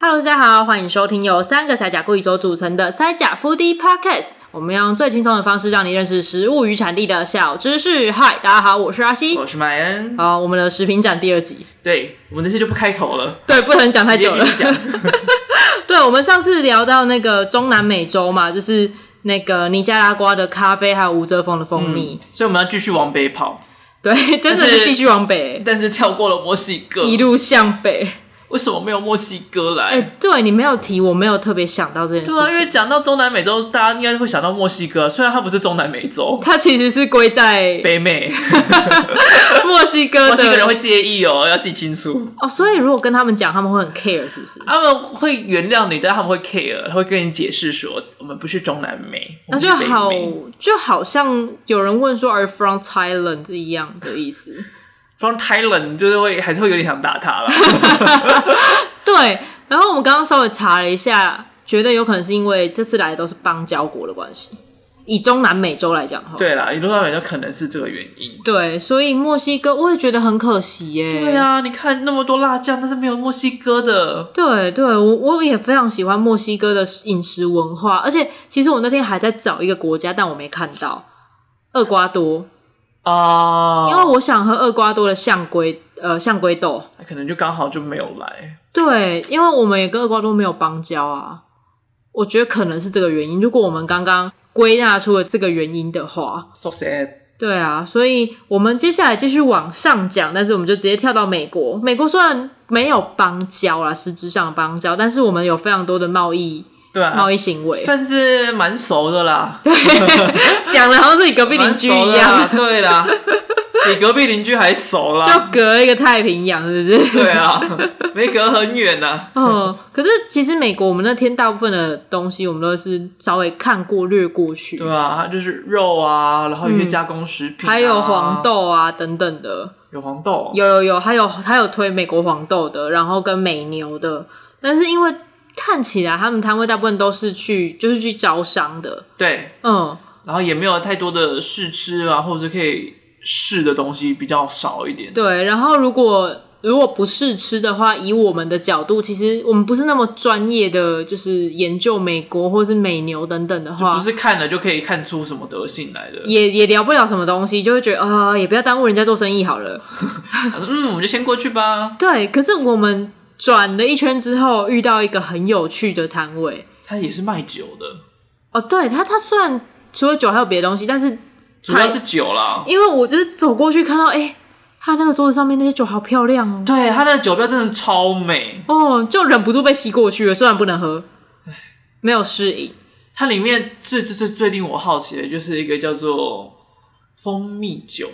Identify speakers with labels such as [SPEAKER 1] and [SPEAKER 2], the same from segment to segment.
[SPEAKER 1] Hello， 大家好，欢迎收听由3个塞甲故意所组成的塞甲 Foodie Podcast。我们用最轻松的方式让你认识食物与产地的小知识。嗨，大家好，我是阿西，
[SPEAKER 2] 我是麦恩。
[SPEAKER 1] 好，我们的食品展第2集。
[SPEAKER 2] 对，我们这次就不开头了，
[SPEAKER 1] 对，不能讲太久了。
[SPEAKER 2] 直接继续讲。
[SPEAKER 1] 对，我们上次聊到那个中南美洲嘛，就是那个尼加拉瓜的咖啡还有无遮风的蜂蜜，
[SPEAKER 2] 所以我们要继续往北跑。
[SPEAKER 1] 对，真的是继续往北，
[SPEAKER 2] 但是跳过了墨西哥，
[SPEAKER 1] 一路向北。
[SPEAKER 2] 为什么没有墨西哥来？
[SPEAKER 1] 对，你没有提，我没有特别想到这件事情。
[SPEAKER 2] 对啊，因为讲到中南美洲，大家应该会想到墨西哥，虽然它不是中南美洲，
[SPEAKER 1] 它其实是归在
[SPEAKER 2] 北美。
[SPEAKER 1] 墨西哥的，
[SPEAKER 2] 墨西哥人会介意哦，要记清楚
[SPEAKER 1] 哦。所以如果跟他们讲，他们会很 care， 是不是？
[SPEAKER 2] 他们会原谅你，但他们会 care， 会跟你解释说，我们不是中南美，
[SPEAKER 1] 那就好像有人问说 "Are you from Thailand" 一样的意思。
[SPEAKER 2] From Thailand 就是还是会有点想打他啦。
[SPEAKER 1] 对，然后我们刚刚稍微查了一下，觉得有可能是因为这次来的都是邦交国的关系。以中南美洲来讲，
[SPEAKER 2] 对啦，以中南美洲可能是这个原因。
[SPEAKER 1] 对，所以墨西哥我也觉得很可惜耶。
[SPEAKER 2] 对啊，你看那么多辣酱，但是没有墨西哥的。
[SPEAKER 1] 对，我也非常喜欢墨西哥的饮食文化，而且其实我那天还在找一个国家，但我没看到厄瓜多。因为我想喝厄瓜多的象龟豆，
[SPEAKER 2] 可能就刚好就没有来。
[SPEAKER 1] 对，因为我们也跟厄瓜多没有邦交啊，我觉得可能是这个原因。如果我们刚刚归纳出了这个原因的话
[SPEAKER 2] ，so sad。
[SPEAKER 1] 对啊，所以我们接下来继续往上讲，但是我们就直接跳到美国。美国虽然没有邦交啦，实质上的邦交，但是我们有非常多的贸易行为，
[SPEAKER 2] 算是蛮熟的啦。
[SPEAKER 1] 对，讲的好像是你隔壁邻居一样。
[SPEAKER 2] 对啦，比隔壁邻居还熟啦，
[SPEAKER 1] 就隔一个太平洋，是不是？
[SPEAKER 2] 对啊，没隔很远啊。
[SPEAKER 1] 可是其实美国我们那天大部分的东西，我们都是稍微看过略过去。
[SPEAKER 2] 对啊，就是肉啊，然后有些加工食品
[SPEAKER 1] 还有黄豆啊等等的。
[SPEAKER 2] 有黄豆？
[SPEAKER 1] 有，还有推美国黄豆的，然后跟美牛的，但是因为看起来他们摊位大部分都是去招商的，
[SPEAKER 2] 对，然后也没有太多的试吃啊，或者是可以试的东西比较少一点。
[SPEAKER 1] 对，然后如果不试吃的话，以我们的角度，其实我们不是那么专业的，就是研究美国或是美牛等等的话，
[SPEAKER 2] 就不是看了就可以看出什么德性来的，
[SPEAKER 1] 也聊不了什么东西，就会觉得也不要耽误人家做生意好了。
[SPEAKER 2] 我们就先过去吧。
[SPEAKER 1] 对，可是我们转了一圈之后，遇到一个很有趣的摊位，
[SPEAKER 2] 它也是卖酒的。
[SPEAKER 1] 对，它虽然除了酒还有别的东西，但是
[SPEAKER 2] 主要是酒啦。
[SPEAKER 1] 因为我就是走过去看到，它那个桌子上面那些酒好漂亮哦。
[SPEAKER 2] 对，它那个酒标真的超美
[SPEAKER 1] 就忍不住被吸过去了。虽然不能喝，没有适应。
[SPEAKER 2] 它里面最令我好奇的就是一个叫做蜂蜜酒。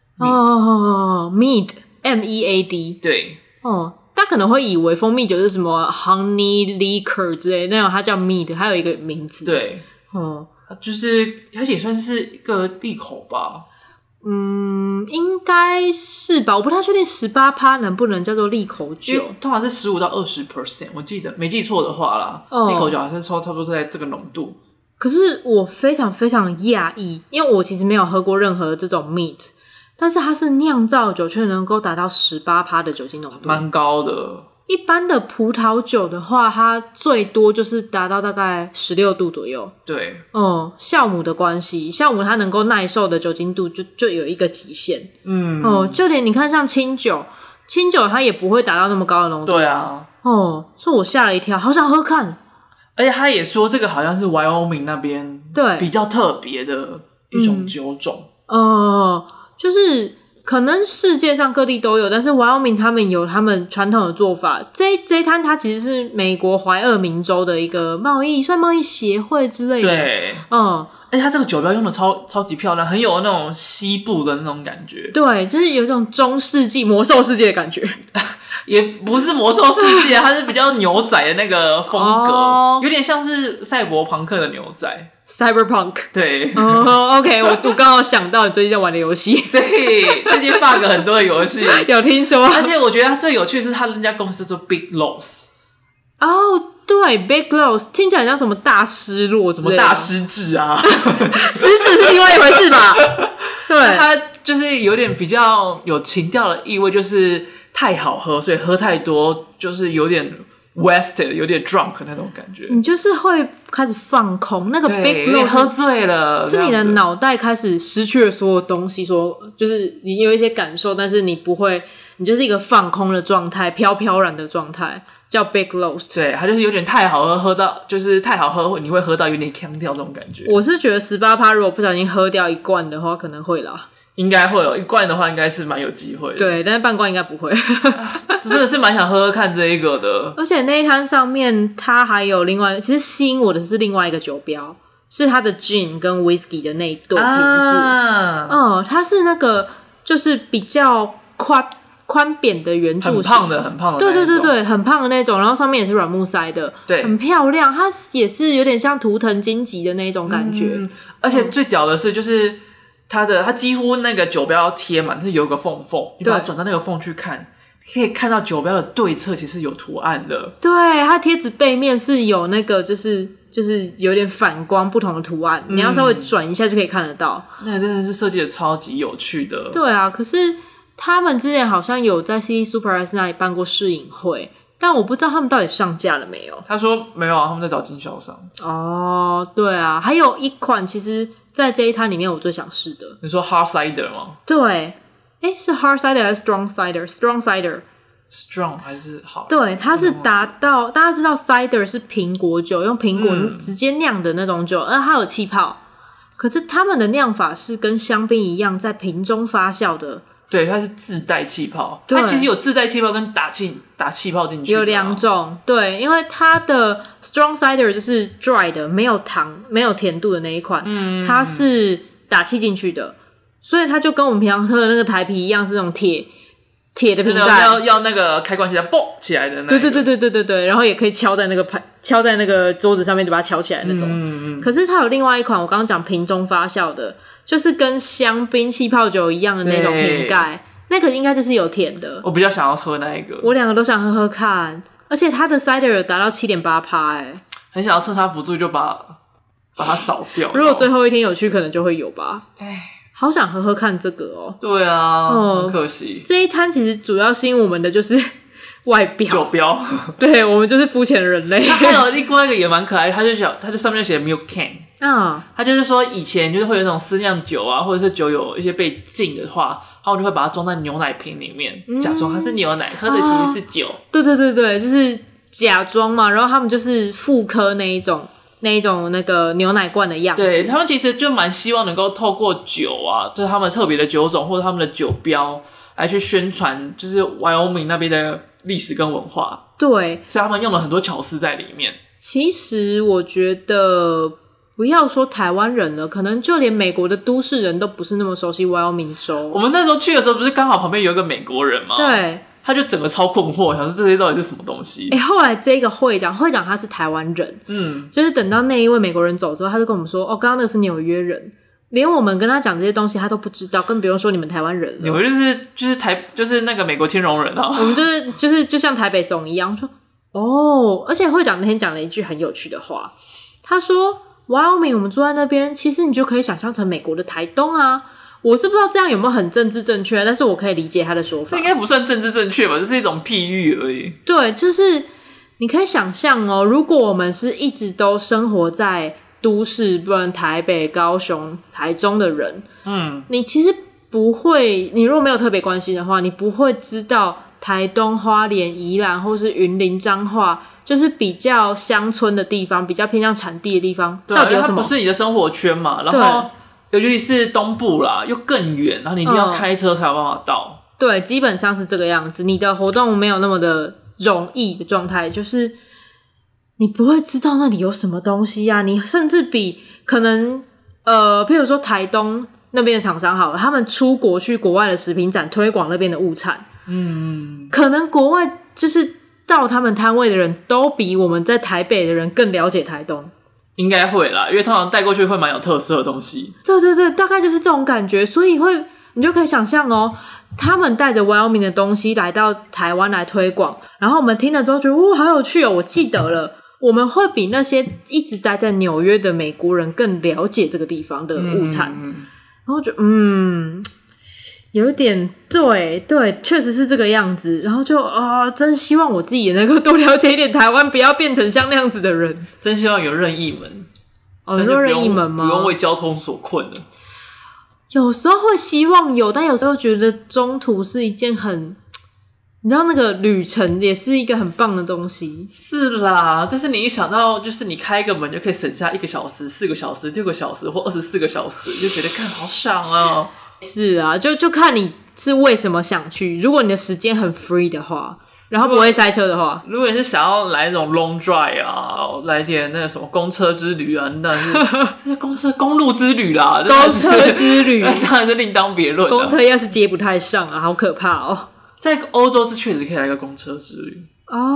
[SPEAKER 1] mead MEAD。
[SPEAKER 2] 对。
[SPEAKER 1] 大家可能会以为蜂蜜酒是什么 honey liquor 之类的，那种它叫 mead， 还有一个名字。
[SPEAKER 2] 对，就是它也算是一个利口吧。
[SPEAKER 1] 应该是吧，我不太确定18%能不能叫做利口酒，
[SPEAKER 2] 通常是15%到20%，我记得没记错的话啦。利口酒好像差不多在这个浓度。
[SPEAKER 1] 可是我非常非常讶异，因为我其实没有喝过任何这种 mead。但是它是酿造酒却能够达到18%的酒精浓度，
[SPEAKER 2] 蛮高的。
[SPEAKER 1] 一般的葡萄酒的话，它最多就是达到大概16度左右。
[SPEAKER 2] 对，
[SPEAKER 1] 酵母的关系，酵母它能够耐受的酒精度就有一个极限。就连你看像清酒它也不会达到那么高的浓度。
[SPEAKER 2] 对啊。
[SPEAKER 1] 所以我吓了一跳，好想喝看。
[SPEAKER 2] 而且他也说这个好像是 Wyoming 那边
[SPEAKER 1] 对
[SPEAKER 2] 比较特别的一种酒种。
[SPEAKER 1] 就是可能世界上各地都有，但是 Wyoming 他们有他们传统的做法。这一摊它其实是美国怀俄明州的一个贸易协会之类的。
[SPEAKER 2] 对，而且它这个酒标用的超级漂亮，很有那种西部的那种感觉。
[SPEAKER 1] 对，就是有一种中世纪魔兽世界的感觉。
[SPEAKER 2] 也不是魔兽世界，它是比较牛仔的那个风格，有点像是赛博朋克的牛仔。
[SPEAKER 1] Cyberpunk。
[SPEAKER 2] 对。
[SPEAKER 1] OK， 我刚好想到你最近在玩的游戏。
[SPEAKER 2] 对，最近 bug 很多的游戏
[SPEAKER 1] 有听说。
[SPEAKER 2] 而且我觉得它最有趣的是它人家公司叫做 Big Loss。
[SPEAKER 1] 对 ，Big Loss 听起来像什么大失落之类的，
[SPEAKER 2] 什么大失智啊？
[SPEAKER 1] 失智是另外一回事吧？对，
[SPEAKER 2] 它就是有点比较有情调的意味，就是太好喝，所以喝太多就是有点 wasted 有点 drunk 那种感觉，
[SPEAKER 1] 你就是会开始放空，那个 big blow
[SPEAKER 2] 喝醉了，
[SPEAKER 1] 是你的脑袋开始失去了所有东西，说就是你有一些感受，但是你不会，你就是一个放空的状态，飘飘然的状态，叫 big lost。
[SPEAKER 2] 对，它就是有点太好喝到就是太好喝你会喝到有点呛掉这种感觉。
[SPEAKER 1] 我是觉得 18% 如果不小心喝掉一罐的话可能会啦，
[SPEAKER 2] 应该会有一罐的话应该是蛮有机会的，
[SPEAKER 1] 对，但是半罐应该不会
[SPEAKER 2] 真的是蛮想喝喝看这一个的。
[SPEAKER 1] 而且那一摊上面它还有另外，其实吸引我的是另外一个酒标，是它的 gin 跟 whisky 的那一对瓶子它是那个就是比较宽扁的圆柱形，
[SPEAKER 2] 很胖的
[SPEAKER 1] 对对对对，很胖的那种，然后上面也是软木塞的，
[SPEAKER 2] 对，
[SPEAKER 1] 很漂亮，它也是有点像图腾荆棘的那种感觉，
[SPEAKER 2] 而且最屌的是就是它几乎那个酒标贴满是有一个缝，你把它转到那个缝去看，可以看到酒标的对侧其实有图案的，
[SPEAKER 1] 对，它贴纸背面是有那个就是有点反光不同的图案，你要稍微转一下就可以看得到，
[SPEAKER 2] 那个真的是设计的超级有趣的。
[SPEAKER 1] 对啊，可是他们之前好像有在 City Super S 那里办过试饮会，但我不知道他们到底上架了没有。
[SPEAKER 2] 他说没有啊，他们在找经销商。
[SPEAKER 1] 哦，对啊，还有一款其实在这一摊里面我最想试的。
[SPEAKER 2] 你说 Hard Cider 吗？
[SPEAKER 1] 对，是 Hard Cider 还是 Strong Cider？Strong Cider。Strong
[SPEAKER 2] 还是好？
[SPEAKER 1] 对，它是达到大家知道 Cider 是苹果酒，用苹果直接酿的那种酒，而它有气泡。可是他们的酿法是跟香槟一样，在瓶中发酵的。
[SPEAKER 2] 对，它是自带气泡，它其实有自带气泡跟打气泡进去，
[SPEAKER 1] 有两种。对，因为它的 Strong Cider 就是 dry 的，没有糖、没有甜度的那一款，它是打气进去的，所以它就跟我们平常喝的那个台啤一样，是那种铁的瓶盖，
[SPEAKER 2] 要那个开关起来蹦起来的那个。
[SPEAKER 1] 对，然后也可以敲在那个桌子上面就把它敲起来那种。可是它有另外一款，我刚刚讲瓶中发酵的。就是跟香槟气泡酒一样的那种瓶盖，那个应该就是有甜的。
[SPEAKER 2] 我比较想要喝那一个，
[SPEAKER 1] 我两个都想喝喝看，而且它的 cider 有达到 7.8%，
[SPEAKER 2] 很想要趁它不注意就把它扫掉。
[SPEAKER 1] 如果最后一天有去，可能就会有吧。好想喝喝看这个哦。
[SPEAKER 2] 对啊，很可惜。
[SPEAKER 1] 这一摊其实主要吸引我们的就是外表
[SPEAKER 2] 酒标，
[SPEAKER 1] 对，我们就是肤浅的人类。
[SPEAKER 2] 它还有另外一个也蛮可爱，它就上面就写 milk can。它就是说以前就是会有那种私酿酒啊，或者是酒有一些被禁的话，他们就会把它装在牛奶瓶里面，假装它是牛奶，喝的其实是酒。对，
[SPEAKER 1] 就是假装嘛，然后他们就是复刻那一种那个牛奶罐的样子。
[SPEAKER 2] 对，他们其实就蛮希望能够透过酒啊，就是他们特别的酒种或者他们的酒标来去宣传，就是 Wyoming 那边的历史跟文化。
[SPEAKER 1] 对，
[SPEAKER 2] 所以他们用了很多巧思在里面。
[SPEAKER 1] 其实我觉得不要说台湾人了，可能就连美国的都市人都不是那么熟悉 Wyoming 州。
[SPEAKER 2] 我们那时候去的时候不是刚好旁边有一个美国人吗？
[SPEAKER 1] 对，
[SPEAKER 2] 他就整个超困惑，想说这些到底是什么东西。
[SPEAKER 1] 后来这个会长他是台湾人，就是等到那一位美国人走之后，他就跟我们说刚刚那个是纽约人，连我们跟他讲这些东西他都不知道，更不用说你们台湾人了。
[SPEAKER 2] 纽约就是那个美国天龙人啊。
[SPEAKER 1] 我们就像台北怂一样说而且会长那天讲了一句很有趣的话，他说Wyoming 我们住在那边，其实你就可以想象成美国的台东啊。我是不知道这样有没有很政治正确，但是我可以理解他的说法。
[SPEAKER 2] 这应该不算政治正确吧，这是一种譬喻而已。
[SPEAKER 1] 对，就是你可以想象如果我们是一直都生活在都市，不然台北、高雄、台中的人，你其实不会，你如果没有特别关心的话，你不会知道台东、花莲、宜兰或是云林、彰化，就是比较乡村的地方，比较偏向产地的地方，到底有什么？
[SPEAKER 2] 它不是你的生活圈嘛，然后尤其是东部啦，又更远，然后你一定要开车才有办法到。
[SPEAKER 1] 对，基本上是这个样子。你的活动没有那么的容易的状态，就是你不会知道那里有什么东西啊。你甚至比可能譬如说台东那边的厂商好了，他们出国去国外的食品展推广那边的物产，可能国外就是到他们摊位的人都比我们在台北的人更了解台东。
[SPEAKER 2] 应该会啦，因为通常带过去会蛮有特色的东西。
[SPEAKER 1] 对，大概就是这种感觉，所以你就可以想象他们带着 Wyoming 的东西来到台湾来推广，然后我们听了之后觉得好有趣我记得了，我们会比那些一直待在纽约的美国人更了解这个地方的物产，然后就有一点对，确实是这个样子。然后就真希望我自己也能够多了解一点台湾，不要变成像那样子的人。
[SPEAKER 2] 真希望有任意门。
[SPEAKER 1] 有任意门吗？
[SPEAKER 2] 不用为交通所困了。
[SPEAKER 1] 有时候会希望有，但有时候觉得中途是一件很，你知道那个旅程也是一个很棒的东西。
[SPEAKER 2] 是啦，但是你一想到就是你开一个门就可以省下1个小时、4个小时、6个小时或24个小时，就觉得看好爽哦。
[SPEAKER 1] 是啊，就看你是为什么想去。如果你的时间很 free 的话，然后不会塞车的话，
[SPEAKER 2] 如果你是想要来一种 long drive 啊，来点那个什么公车之旅啊，那是公路之旅啦，
[SPEAKER 1] 公车之旅
[SPEAKER 2] 当然是另当别论。
[SPEAKER 1] 公车要是接不太上啊，好可怕哦。
[SPEAKER 2] 在欧洲是确实可以来个公车之旅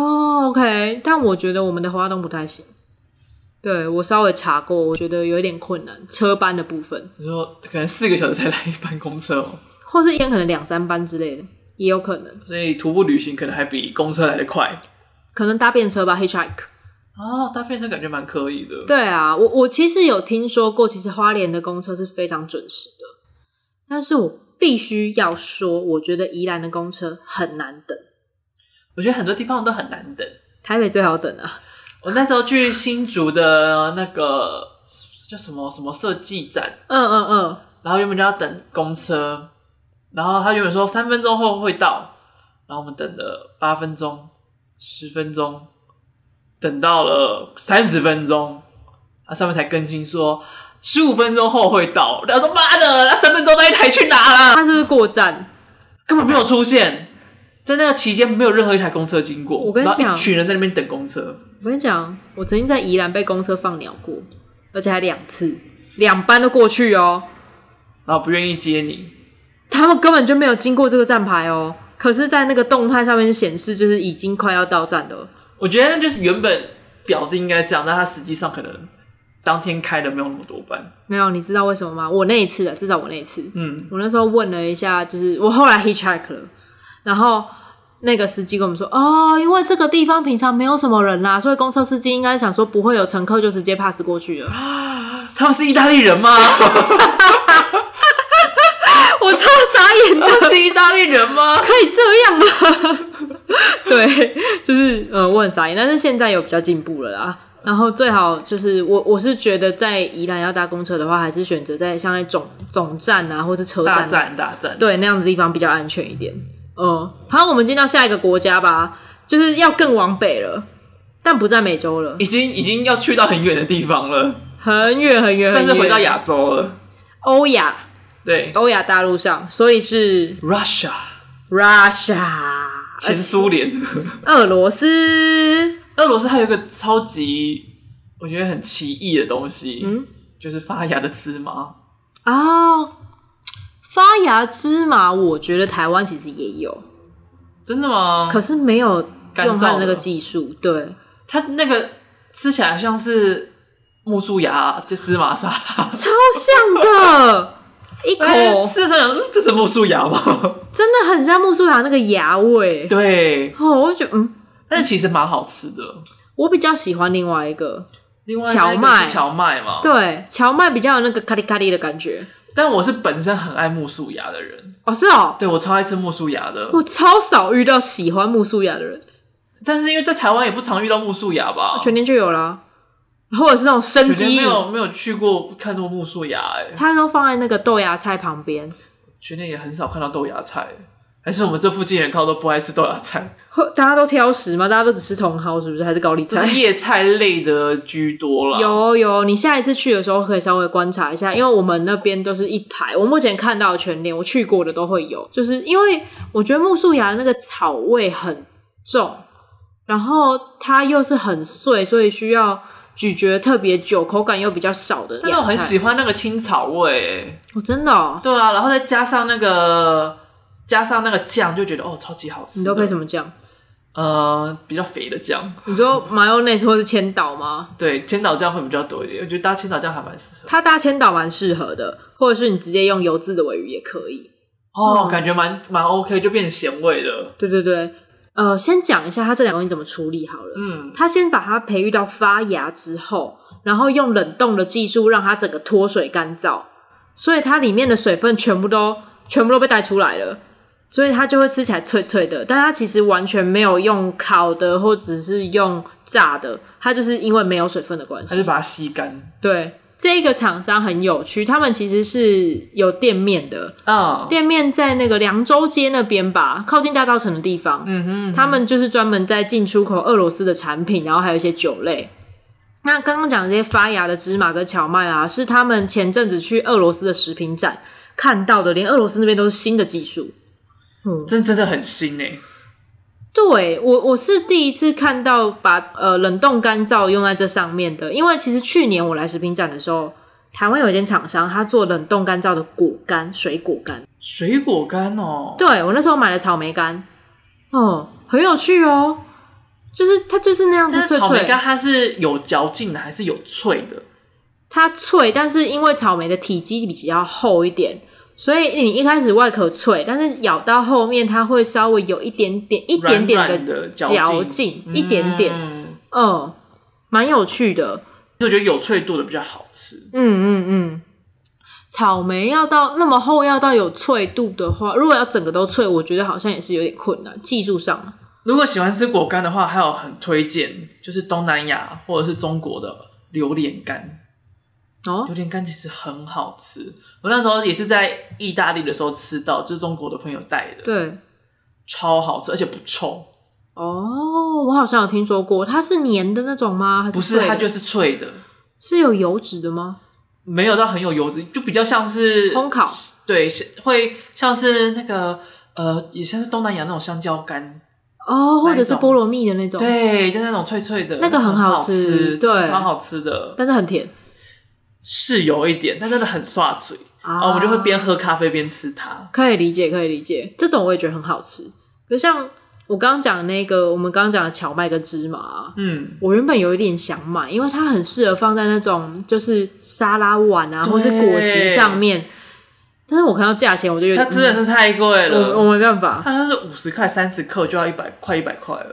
[SPEAKER 1] OK， 但我觉得我们的花东不太行。对，我稍微查过，我觉得有一点困难，车班的部分。
[SPEAKER 2] 你说可能4个小时才来一班公车哦，
[SPEAKER 1] 或是一天可能2-3班之类的，也有可能。
[SPEAKER 2] 所以徒步旅行可能还比公车来得快。
[SPEAKER 1] 可能搭便车吧 ，hitchhike。
[SPEAKER 2] 搭便车感觉蛮可以的。
[SPEAKER 1] 对啊，我其实有听说过，其实花莲的公车是非常准时的，但是我必须要说，我觉得宜兰的公车很难等。
[SPEAKER 2] 我觉得很多地方都很难等，
[SPEAKER 1] 台北最好等啊。
[SPEAKER 2] 我那时候去新竹的那个叫什么设计展，然后原本就要等公车，然后他原本说3分钟后会到，然后我们等了8分钟、10分钟，等到了30分钟，他上面才更新说15分钟后会到。然后说妈的，那3分钟那一台去哪了？
[SPEAKER 1] 他是不是过站？
[SPEAKER 2] 根本没有出现，在那个期间没有任何一台公车经过。
[SPEAKER 1] 我跟你讲，
[SPEAKER 2] 然后一群人在那边等公车。
[SPEAKER 1] 我跟你讲，我曾经在宜兰被公车放鸟过，而且还2次，2班都过去哦，
[SPEAKER 2] 然后不愿意接你。
[SPEAKER 1] 他们根本就没有经过这个站牌哦，可是在那个动态上面显示就是已经快要到站了。
[SPEAKER 2] 我觉得那就是原本表定应该这样，但他实际上可能当天开的没有那么多班。
[SPEAKER 1] 没有，你知道为什么吗？我那一次的，至少我那一次，我那时候问了一下，就是我后来 hitchhike 了，然后那个司机跟我们说，因为这个地方平常没有什么人啦，所以公车司机应该想说不会有乘客，就直接 pass 过去了。
[SPEAKER 2] 他们是意大利人吗？
[SPEAKER 1] 我超傻眼的，
[SPEAKER 2] 是意大利人吗？
[SPEAKER 1] 可以这样吗？对，就是我很傻眼，但是现在有比较进步了啦。然后最好就是我是觉得在宜兰要搭公车的话，还是选择在像在总站啊，或是车站
[SPEAKER 2] 大站，对，
[SPEAKER 1] 那样的地方比较安全一点。好，我们进到下一个国家吧，就是要更往北了，但不在美洲了，
[SPEAKER 2] 已经要去到很远的地方了，
[SPEAKER 1] 很远很远，
[SPEAKER 2] 算是回到亚洲了，
[SPEAKER 1] 欧亚，
[SPEAKER 2] 对，
[SPEAKER 1] 欧亚大陆上，所以是
[SPEAKER 2] Russia
[SPEAKER 1] 前
[SPEAKER 2] 苏联，
[SPEAKER 1] 俄罗斯
[SPEAKER 2] 还有一个超级我觉得很奇异的东西，就是发芽的芝麻
[SPEAKER 1] 发芽芝麻，我觉得台湾其实也有。
[SPEAKER 2] 真的吗？
[SPEAKER 1] 可是没有用它的那个技术，对，
[SPEAKER 2] 它那个吃起来像是木薯芽，就芝麻沙拉，
[SPEAKER 1] 超像的。一口
[SPEAKER 2] 吃的时候想，这是木薯芽吗？
[SPEAKER 1] 真的很像木薯芽那个芽味。
[SPEAKER 2] 对，
[SPEAKER 1] 我就觉得
[SPEAKER 2] 但是其实蛮好吃的。
[SPEAKER 1] 我比较喜欢另外一个
[SPEAKER 2] 荞麦嘛，
[SPEAKER 1] 对，荞麦比较有那个咖喱咖喱的感觉。
[SPEAKER 2] 但我是本身很爱木薯芽的人。
[SPEAKER 1] 是哦，
[SPEAKER 2] 对，我超爱吃木薯芽的。
[SPEAKER 1] 我超少遇到喜欢木薯芽的人，
[SPEAKER 2] 但是因为在台湾也不常遇到木薯芽吧，
[SPEAKER 1] 全年就有啦，或者是那种生机，
[SPEAKER 2] 没有去过看过木薯芽
[SPEAKER 1] 它都放在那个豆芽菜旁边。
[SPEAKER 2] 全年也很少看到豆芽菜，还是我们这附近人靠都不爱吃豆芽菜？
[SPEAKER 1] 大家都挑食吗？大家都只吃茼蒿是不是？还是高丽菜？
[SPEAKER 2] 是叶菜类的居多啦。
[SPEAKER 1] 有，你下一次去的时候可以稍微观察一下，因为我们那边都是一排，我目前看到的全联我去过的都会有，就是因为我觉得木薯芽的那个草味很重，然后它又是很碎，所以需要咀嚼特别久，口感又比较少的。
[SPEAKER 2] 但是我很喜欢那个青草味。
[SPEAKER 1] 真的哦？
[SPEAKER 2] 对啊，然后再加上那个酱，就觉得超级好吃。
[SPEAKER 1] 你都配什么酱？
[SPEAKER 2] 比较肥的酱。
[SPEAKER 1] 你说 mayonnaise 或是千岛吗？
[SPEAKER 2] 对，千岛酱会比较多一点，我觉得搭千岛酱还蛮适合。
[SPEAKER 1] 它搭千岛蛮适合的，或者是你直接用油渍的鲔鱼也可以。
[SPEAKER 2] 感觉蛮 OK， 就变成咸味的。
[SPEAKER 1] 对对对，先讲一下它这两个东西怎么处理好了。它先把它培育到发芽之后，然后用冷冻的技术让它整个脱水干燥，所以它里面的水分全部都全部都被带出来了，所以它就会吃起来脆脆的，但它其实完全没有用烤的或者是用炸的，它就是因为没有水分的关系，
[SPEAKER 2] 它就把它吸干。对，
[SPEAKER 1] 这个厂商很有趣，他们其实是有店面的，店面在那个凉州街那边吧，靠近大稻埕的地方。他们就是专门在进出口俄罗斯的产品，然后还有一些酒类。那刚刚讲的这些发芽的芝麻跟荞麦啊，是他们前阵子去俄罗斯的食品展看到的，连俄罗斯那边都是新的技术。
[SPEAKER 2] 真的很新欸。
[SPEAKER 1] 对，我是第一次看到把冷冻干燥用在这上面的，因为其实去年我来食品展的时候，台湾有一间厂商，他做冷冻干燥的果干，水果干。
[SPEAKER 2] 水果干哦。
[SPEAKER 1] 对，我那时候买了草莓干，很有趣哦。就是它就是那样子脆脆。
[SPEAKER 2] 但是草莓干它是有嚼劲的还是有脆的？
[SPEAKER 1] 它脆，但是因为草莓的体积比较厚一点，所以你一开始外壳脆，但是咬到后面它会稍微有一点点的嚼劲，一点点，蛮有趣的。
[SPEAKER 2] 我觉得有脆度的比较好吃。
[SPEAKER 1] 草莓要到那么厚，要到有脆度的话，如果要整个都脆，我觉得好像也是有点困难，技术上。
[SPEAKER 2] 如果喜欢吃果干的话，还有很推荐就是东南亚或者是中国的榴莲干。榴莲干其实很好吃，我那时候也是在意大利的时候吃到，就是中国的朋友带的。
[SPEAKER 1] 对，
[SPEAKER 2] 超好吃，而且不臭。
[SPEAKER 1] 我好像有听说过，它是黏的那种吗？还是
[SPEAKER 2] 不是，它就是脆的。
[SPEAKER 1] 是有油脂的吗？
[SPEAKER 2] 没有到很有油脂，就比较像是
[SPEAKER 1] 烘烤。
[SPEAKER 2] 对，会像是那个也像是东南亚那种香蕉干。
[SPEAKER 1] 或者是菠萝蜜的那种。
[SPEAKER 2] 对，就那种脆脆的，
[SPEAKER 1] 那个很好吃，对，
[SPEAKER 2] 超好吃的，
[SPEAKER 1] 但是很甜。
[SPEAKER 2] 是有一点，但真的很刷嘴。我们就会边喝咖啡边吃它。
[SPEAKER 1] 可以理解，这种我也觉得很好吃。可是像我刚刚讲的那个，我们刚刚讲的荞麦跟芝麻，我原本有一点想买，因为它很适合放在那种就是沙拉碗啊，或是果昔上面。但是我看到价钱，我就有点，
[SPEAKER 2] 它真的是太贵了，
[SPEAKER 1] 我没办法。
[SPEAKER 2] 它好像是50块30克就要快100块了。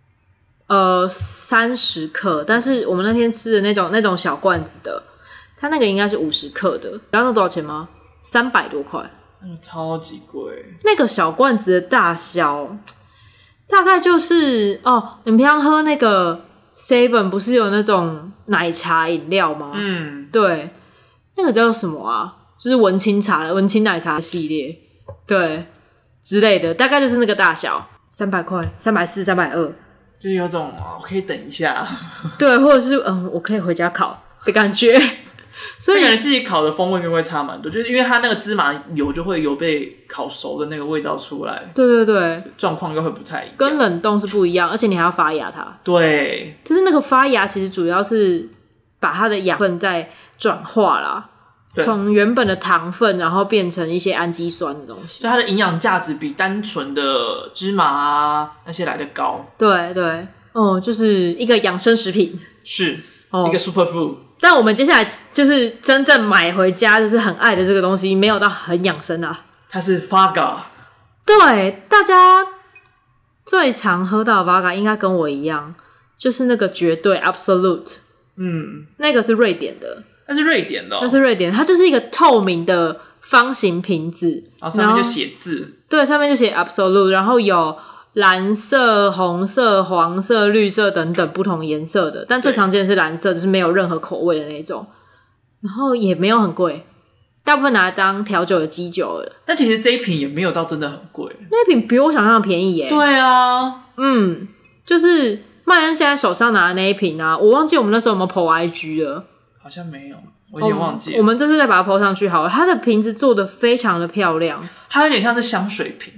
[SPEAKER 1] 30克，但是我们那天吃的那种小罐子的，它那个应该是50克的。刚刚多少钱吗？300多块，
[SPEAKER 2] 那个超级贵。
[SPEAKER 1] 那个小罐子的大小，大概就是你平常喝那个 Seven 不是有那种奶茶饮料吗？对，那个叫什么啊？就是文青奶茶系列，对之类的，大概就是那个大小，300块、340、320，
[SPEAKER 2] 就是有种我可以等一下，
[SPEAKER 1] 对，或者是我可以回家烤的感觉。所以
[SPEAKER 2] 感觉自己烤的风味应该会差蛮多，就是因为它那个芝麻油就会有被烤熟的那个味道出来。
[SPEAKER 1] 对，
[SPEAKER 2] 状况应该会不太一样，
[SPEAKER 1] 跟冷冻是不一样，而且你还要发芽它。
[SPEAKER 2] 对，
[SPEAKER 1] 就是那个发芽其实主要是把它的养分再转化啦。从原本的糖分，然后变成一些氨基酸的东西，
[SPEAKER 2] 所以它的营养价值比单纯的芝麻啊那些来的高。
[SPEAKER 1] 对，就是一个养生食品，
[SPEAKER 2] 是一个 super food。
[SPEAKER 1] 但我们接下来就是真正买回家就是很爱的这个东西，没有到很养生啊。
[SPEAKER 2] 它是 Vaga。
[SPEAKER 1] 对，大家最常喝到的 Vaga 应该跟我一样，就是那个绝对 Absolute。那个是瑞典的。
[SPEAKER 2] 那是瑞典的。
[SPEAKER 1] 那是瑞典，它就是一个透明的方形瓶子，
[SPEAKER 2] 然后上面就写字。
[SPEAKER 1] 对，上面就写 Absolute， 然后有蓝色、红色、黄色、绿色等等不同颜色的，但最常见的是蓝色，就是没有任何口味的那种。然后也没有很贵，大部分拿来当调酒的基酒了。
[SPEAKER 2] 但其实这一瓶也没有到真的很贵，
[SPEAKER 1] 那一瓶比我想象的便宜耶。
[SPEAKER 2] 对啊，
[SPEAKER 1] 就是麦恩现在手上拿的那一瓶啊，我忘记我们那时候有没有 po IG 了。好
[SPEAKER 2] 像没有，我有点忘记了。
[SPEAKER 1] 我们这次再把它 po 上去好了。它的瓶子做的非常的漂亮，
[SPEAKER 2] 它有点像是香水瓶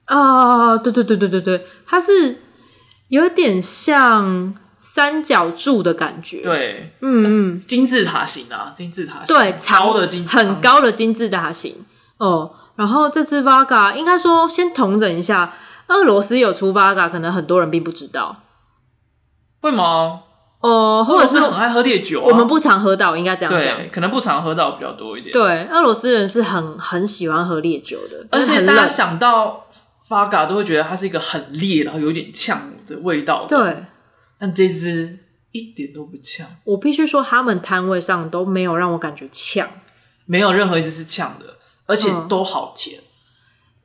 [SPEAKER 1] 对，它是有点像三角柱的感觉。
[SPEAKER 2] 对，金字塔型啊，金字塔型，
[SPEAKER 1] 对，很高的金字塔型然后这支 Vaga 应该说先统整一下，俄罗斯有出 Vaga， 可能很多人并不知道。
[SPEAKER 2] 会吗？
[SPEAKER 1] 或者是
[SPEAKER 2] 很爱喝烈酒
[SPEAKER 1] 我们不常喝到，应该这样讲。
[SPEAKER 2] 对，可能不常喝到比较多一点。
[SPEAKER 1] 对，俄罗斯人是很喜欢喝烈酒的，
[SPEAKER 2] 而且大家想到 Vaga 都会觉得它是一个很烈，然后有点呛的味道。
[SPEAKER 1] 对，
[SPEAKER 2] 但这支一点都不呛。
[SPEAKER 1] 我必须说，他们摊位上都没有让我感觉呛，
[SPEAKER 2] 没有任何一支是呛的，而且都好甜。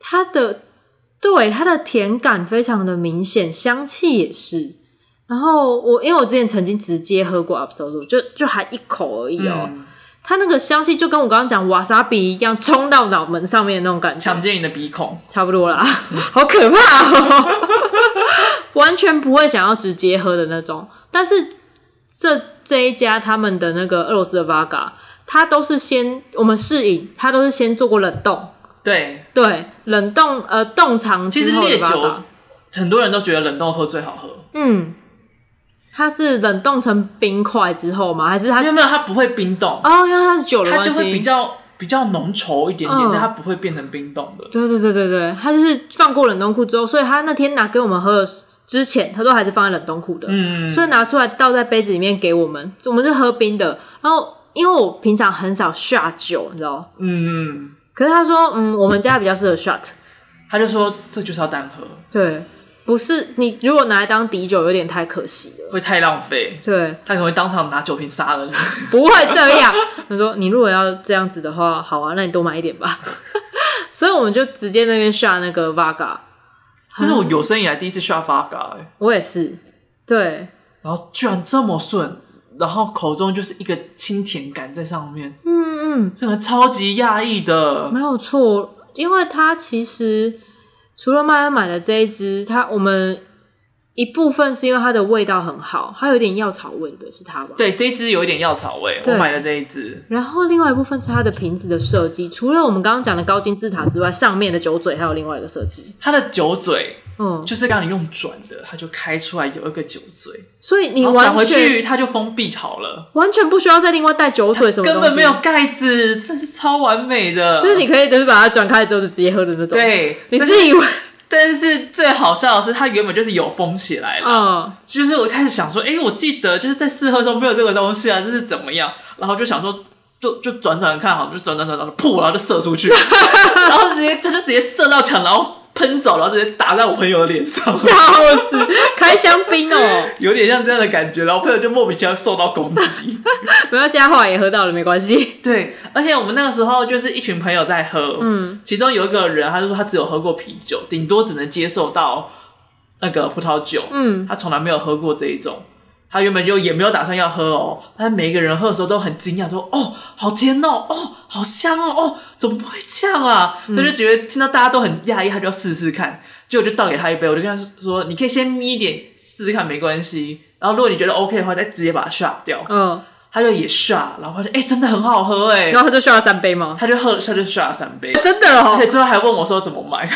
[SPEAKER 1] 它的甜感非常的明显，香气也是。然后因为我之前曾经直接喝过 Absolut， 就还一口而已哦。它那个香气就跟我刚刚讲 wasabi 一样，冲到脑门上面的那种感觉，
[SPEAKER 2] 强奸你的鼻孔，
[SPEAKER 1] 差不多啦，好可怕哦，完全不会想要直接喝的那种。但是这一家他们的那个俄罗斯的 Vodka， 它都是我们试饮，它都是先做过冷冻，对，冷冻冻藏之后的 Vodka。其实烈酒
[SPEAKER 2] 很多人都觉得冷冻喝最好喝，
[SPEAKER 1] 它是冷冻成冰块之后吗？还是它
[SPEAKER 2] 没有，它不会冰冻
[SPEAKER 1] 哦，因为它是酒的关系，
[SPEAKER 2] 它就会比较浓稠一点点，但它不会变成冰冻的。
[SPEAKER 1] 对，它就是放过冷冻库之后，所以他那天拿给我们喝的之前，他都还是放在冷冻库的，所以拿出来倒在杯子里面给我们是喝冰的。然后因为我平常很少 shot 酒，你知道，可是他说我们家比较适合 shot，
[SPEAKER 2] 他就说这就是要单喝，
[SPEAKER 1] 对。不是你如果拿来当底酒有点太可惜了，
[SPEAKER 2] 会太浪费。
[SPEAKER 1] 对，
[SPEAKER 2] 他可能会当场拿酒瓶杀了你。
[SPEAKER 1] 不会这样。他说你如果要这样子的话，好啊，那你多买一点吧。所以我们就直接那边 shot 那个 Vodka，
[SPEAKER 2] 这是我有生以来第一次 shot Vodka，
[SPEAKER 1] 我也是。对，
[SPEAKER 2] 然后居然这么顺，然后口中就是一个清甜感在上面。这个超级讶异的，
[SPEAKER 1] 没有错，因为它其实。除了麦恩买的这一支，我们一部分是因为它的味道很好，它有点药草味，对不对？是它吧？
[SPEAKER 2] 对，这一支有一点药草味，我买的这一支。
[SPEAKER 1] 然后另外一部分是它的瓶子的设计，除了我们刚刚讲的高金字塔之外，上面的酒嘴还有另外一个设计。
[SPEAKER 2] 它的酒嘴，就是让你用转的，它就开出来有一个酒嘴，
[SPEAKER 1] 所以你
[SPEAKER 2] 转回去它就封闭好了，
[SPEAKER 1] 完全不需要再另外带酒嘴什么东西，
[SPEAKER 2] 根本没有盖子，真的是超完美的。
[SPEAKER 1] 就是你可以就是把它转开之后就直接喝的那种。
[SPEAKER 2] 对，
[SPEAKER 1] 你是以为？
[SPEAKER 2] 但是最好笑的是，它原本就是有封起来了。就是我一开始想说，我记得就是在试喝的时候没有这个东西啊，这是怎么样？然后就想说，就转看好，就转，噗，然后就射出去，然后它就直接射到墙，然后喷走，然后直接打在我朋友的脸上，
[SPEAKER 1] 笑死！开香槟哦，
[SPEAKER 2] 有点像这样的感觉，然后朋友就莫名其妙受到攻击。
[SPEAKER 1] 没关系，他后来也喝到了，没关系。
[SPEAKER 2] 对，而且我们那个时候就是一群朋友在喝，其中有一个人他就说他只有喝过啤酒，顶多只能接受到那个葡萄酒，他从来没有喝过这一种。他原本就也没有打算要喝哦，但每一个人喝的时候都很惊讶，说：“哦，好甜哦，哦，好香哦，哦，怎么会这样啊？”他就觉得听到大家都很讶异，他就要试试看。结果就倒给他一杯，我就跟他说：“你可以先眯一点试试看，没关系。然后如果你觉得 OK 的话，再直接把它 shot 掉。”他就也 shot， 然后发现真的很好喝哎，
[SPEAKER 1] 然后他就 shot 了3杯吗？
[SPEAKER 2] 他就 shot 了3杯，
[SPEAKER 1] 真的哦！
[SPEAKER 2] 而且最后还问我说怎么买。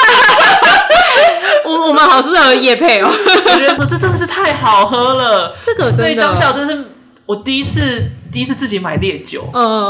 [SPEAKER 1] 我们好适合业配哦，
[SPEAKER 2] 我觉得这真的是太好喝了，
[SPEAKER 1] 这个真的，
[SPEAKER 2] 所以当下真是我第一次自己买烈酒。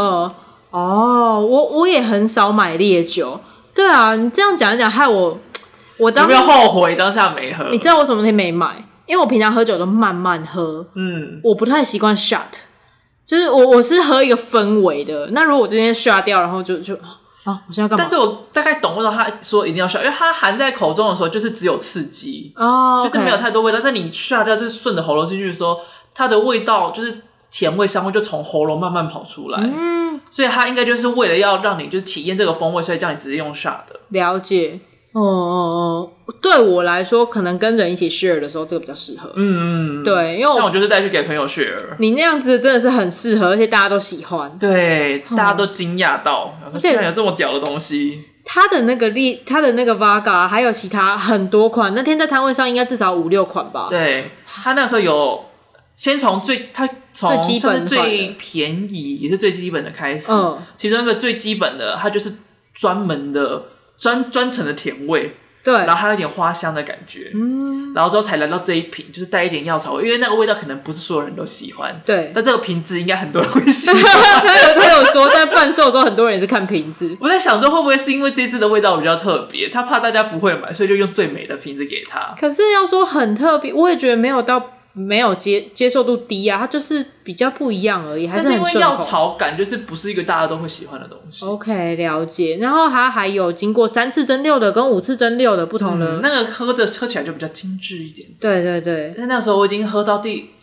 [SPEAKER 1] 我也很少买烈酒。对啊，你这样讲一讲，害我
[SPEAKER 2] 有没有后悔当下没喝？
[SPEAKER 1] 你知道我什么天没买？因为我平常喝酒都慢慢喝，我不太习惯 shot， 就是我是喝一个氛围的。那如果我今天 shot 掉，然后就我现在干嘛？
[SPEAKER 2] 但是我大概懂为什么他说一定要 shot， 因为它含在口中的时候就是只有刺激就是没有太多味道。但你 shot 掉就是顺着喉咙进去的时候，它的味道就是甜味香味就从喉咙慢慢跑出来。所以它应该就是为了要让你就是体验这个风味，所以叫你直接用 shot 的。
[SPEAKER 1] 了解。对我来说，可能跟人一起 share 的时候，这个比较适合。对，因为
[SPEAKER 2] 像我就是带去给朋友 share，
[SPEAKER 1] 你那样子真的是很适合，而且大家都喜欢。
[SPEAKER 2] 对，大家都惊讶到，而且居然有这么屌的东西。
[SPEAKER 1] 它的那个 Vodka 还有其他很多款，那天在摊位上应该至少5-6款吧。
[SPEAKER 2] 对，他那个时候有先从最基本最便宜也是最基本的开始。其中一个最基本的，它就是专门的专程的甜味。对，然后还有一点花香的感觉，然后之后才来到这一瓶，就是带一点药草味，因为那个味道可能不是所有人都喜欢。对，但这个瓶子应该很多人会喜欢。
[SPEAKER 1] 他有说，在贩售的时候，很多人也是看瓶子。
[SPEAKER 2] 我在想说，会不会是因为这支的味道比较特别，他怕大家不会买，所以就用最美的瓶子给他。
[SPEAKER 1] 可是要说很特别，我也觉得没有到。没有接受度低啊，它就是比较不一样而已，还是很顺口。但是因为
[SPEAKER 2] 药草感就是不是一个大家都会喜欢的东西。
[SPEAKER 1] OK， 了解。然后它还有经过3次蒸馏的跟5次蒸馏的不同的，
[SPEAKER 2] 那个喝起来就比较精致一点。
[SPEAKER 1] 对对对。
[SPEAKER 2] 但是那时候我已经喝到第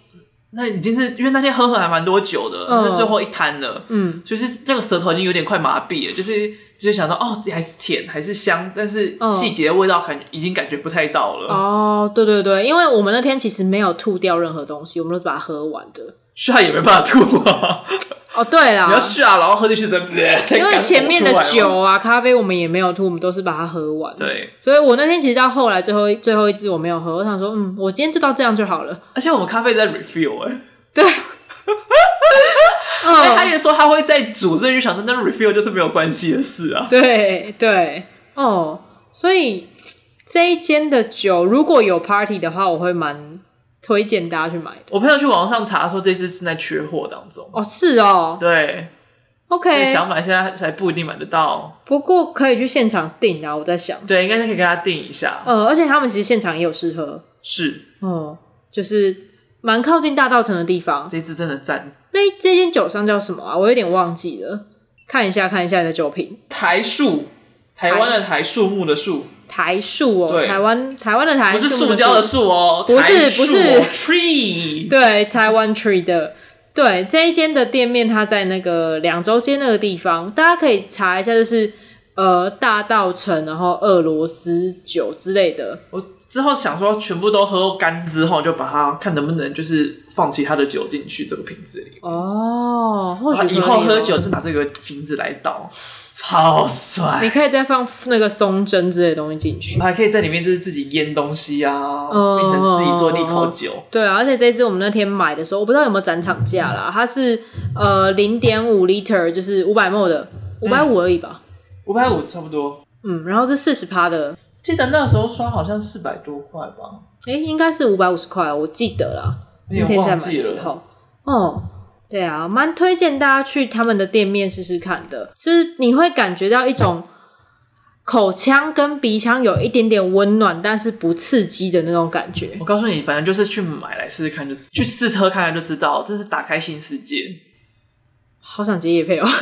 [SPEAKER 2] 那已经是因为那天喝还蛮多酒的，那最后一摊了，就是这个舌头已经有点快麻痹了，就是想到还是甜还是香，但是细节的味道已经感觉不太到了。
[SPEAKER 1] 对对对，因为我们那天其实没有吐掉任何东西，我们都是把它喝完的。
[SPEAKER 2] 下也没办法吐啊。
[SPEAKER 1] 对啦，
[SPEAKER 2] 你要下然后喝进去
[SPEAKER 1] 因为前面的酒啊咖啡我们也没有吐，我们都是把它喝完。
[SPEAKER 2] 对，
[SPEAKER 1] 所以我那天其实到后来最后一支我没有喝，我想说我今天就到这样就好了。
[SPEAKER 2] 而且我们咖啡在 refill
[SPEAKER 1] 对。
[SPEAKER 2] 他也说他会再煮，所以就想说那 refill 就是没有关系的事啊。
[SPEAKER 1] 对对所以这一间的酒如果有 party 的话，我会蛮推荐大家去买的。
[SPEAKER 2] 我朋友去网上查说这支正在缺货当中。
[SPEAKER 1] 是
[SPEAKER 2] 对
[SPEAKER 1] OK，
[SPEAKER 2] 所以想买现在还不一定买得到，
[SPEAKER 1] 不过可以去现场订啊。我在想
[SPEAKER 2] 对，应该是可以跟他订一下。
[SPEAKER 1] 而且他们其实现场也有试喝。
[SPEAKER 2] 是
[SPEAKER 1] 就是蛮靠近大稻埕的地方。
[SPEAKER 2] 这支真的赞。
[SPEAKER 1] 这间酒商叫什么啊？我有点忘记了，看一下你的酒品。
[SPEAKER 2] 台树，台湾的台，树木的树。
[SPEAKER 1] 台树台湾的台，
[SPEAKER 2] 不是塑胶的树
[SPEAKER 1] 不是
[SPEAKER 2] tree，
[SPEAKER 1] 对，台湾 tree 的。对，这一间的店面它在那个两州街那个地方，大家可以查一下，就是大稻埕，然后俄罗斯酒之类的。
[SPEAKER 2] 我之后想说全部都喝干之后，就把它看能不能就是放其他的酒进去这个瓶子里。
[SPEAKER 1] 或许
[SPEAKER 2] 以后喝酒就拿这个瓶子来倒，超帅。
[SPEAKER 1] 你可以再放那个松针之类的东西进去，
[SPEAKER 2] 还可以在里面就是自己腌东西啊，变成自己做利口酒。
[SPEAKER 1] 对啊，而且这支我们那天买的时候，我不知道有没有展场价啦，它是0.5 liter， 就是500ml 的，550而已吧
[SPEAKER 2] ，550差不多。
[SPEAKER 1] 然后是40%的。
[SPEAKER 2] 记得那时候刷好像400多块吧？
[SPEAKER 1] 应该是550块，我记得啦。
[SPEAKER 2] 有点忘记了。那天在买的时
[SPEAKER 1] 候，对啊，蛮推荐大家去他们的店面试试看的。是你会感觉到一种口腔跟鼻腔有一点点温暖，但是不刺激的那种感觉。
[SPEAKER 2] 我告诉你，反正就是去买来试试看，就去试喝看看就知道，真是打开新世界。
[SPEAKER 1] 好想接业配哦。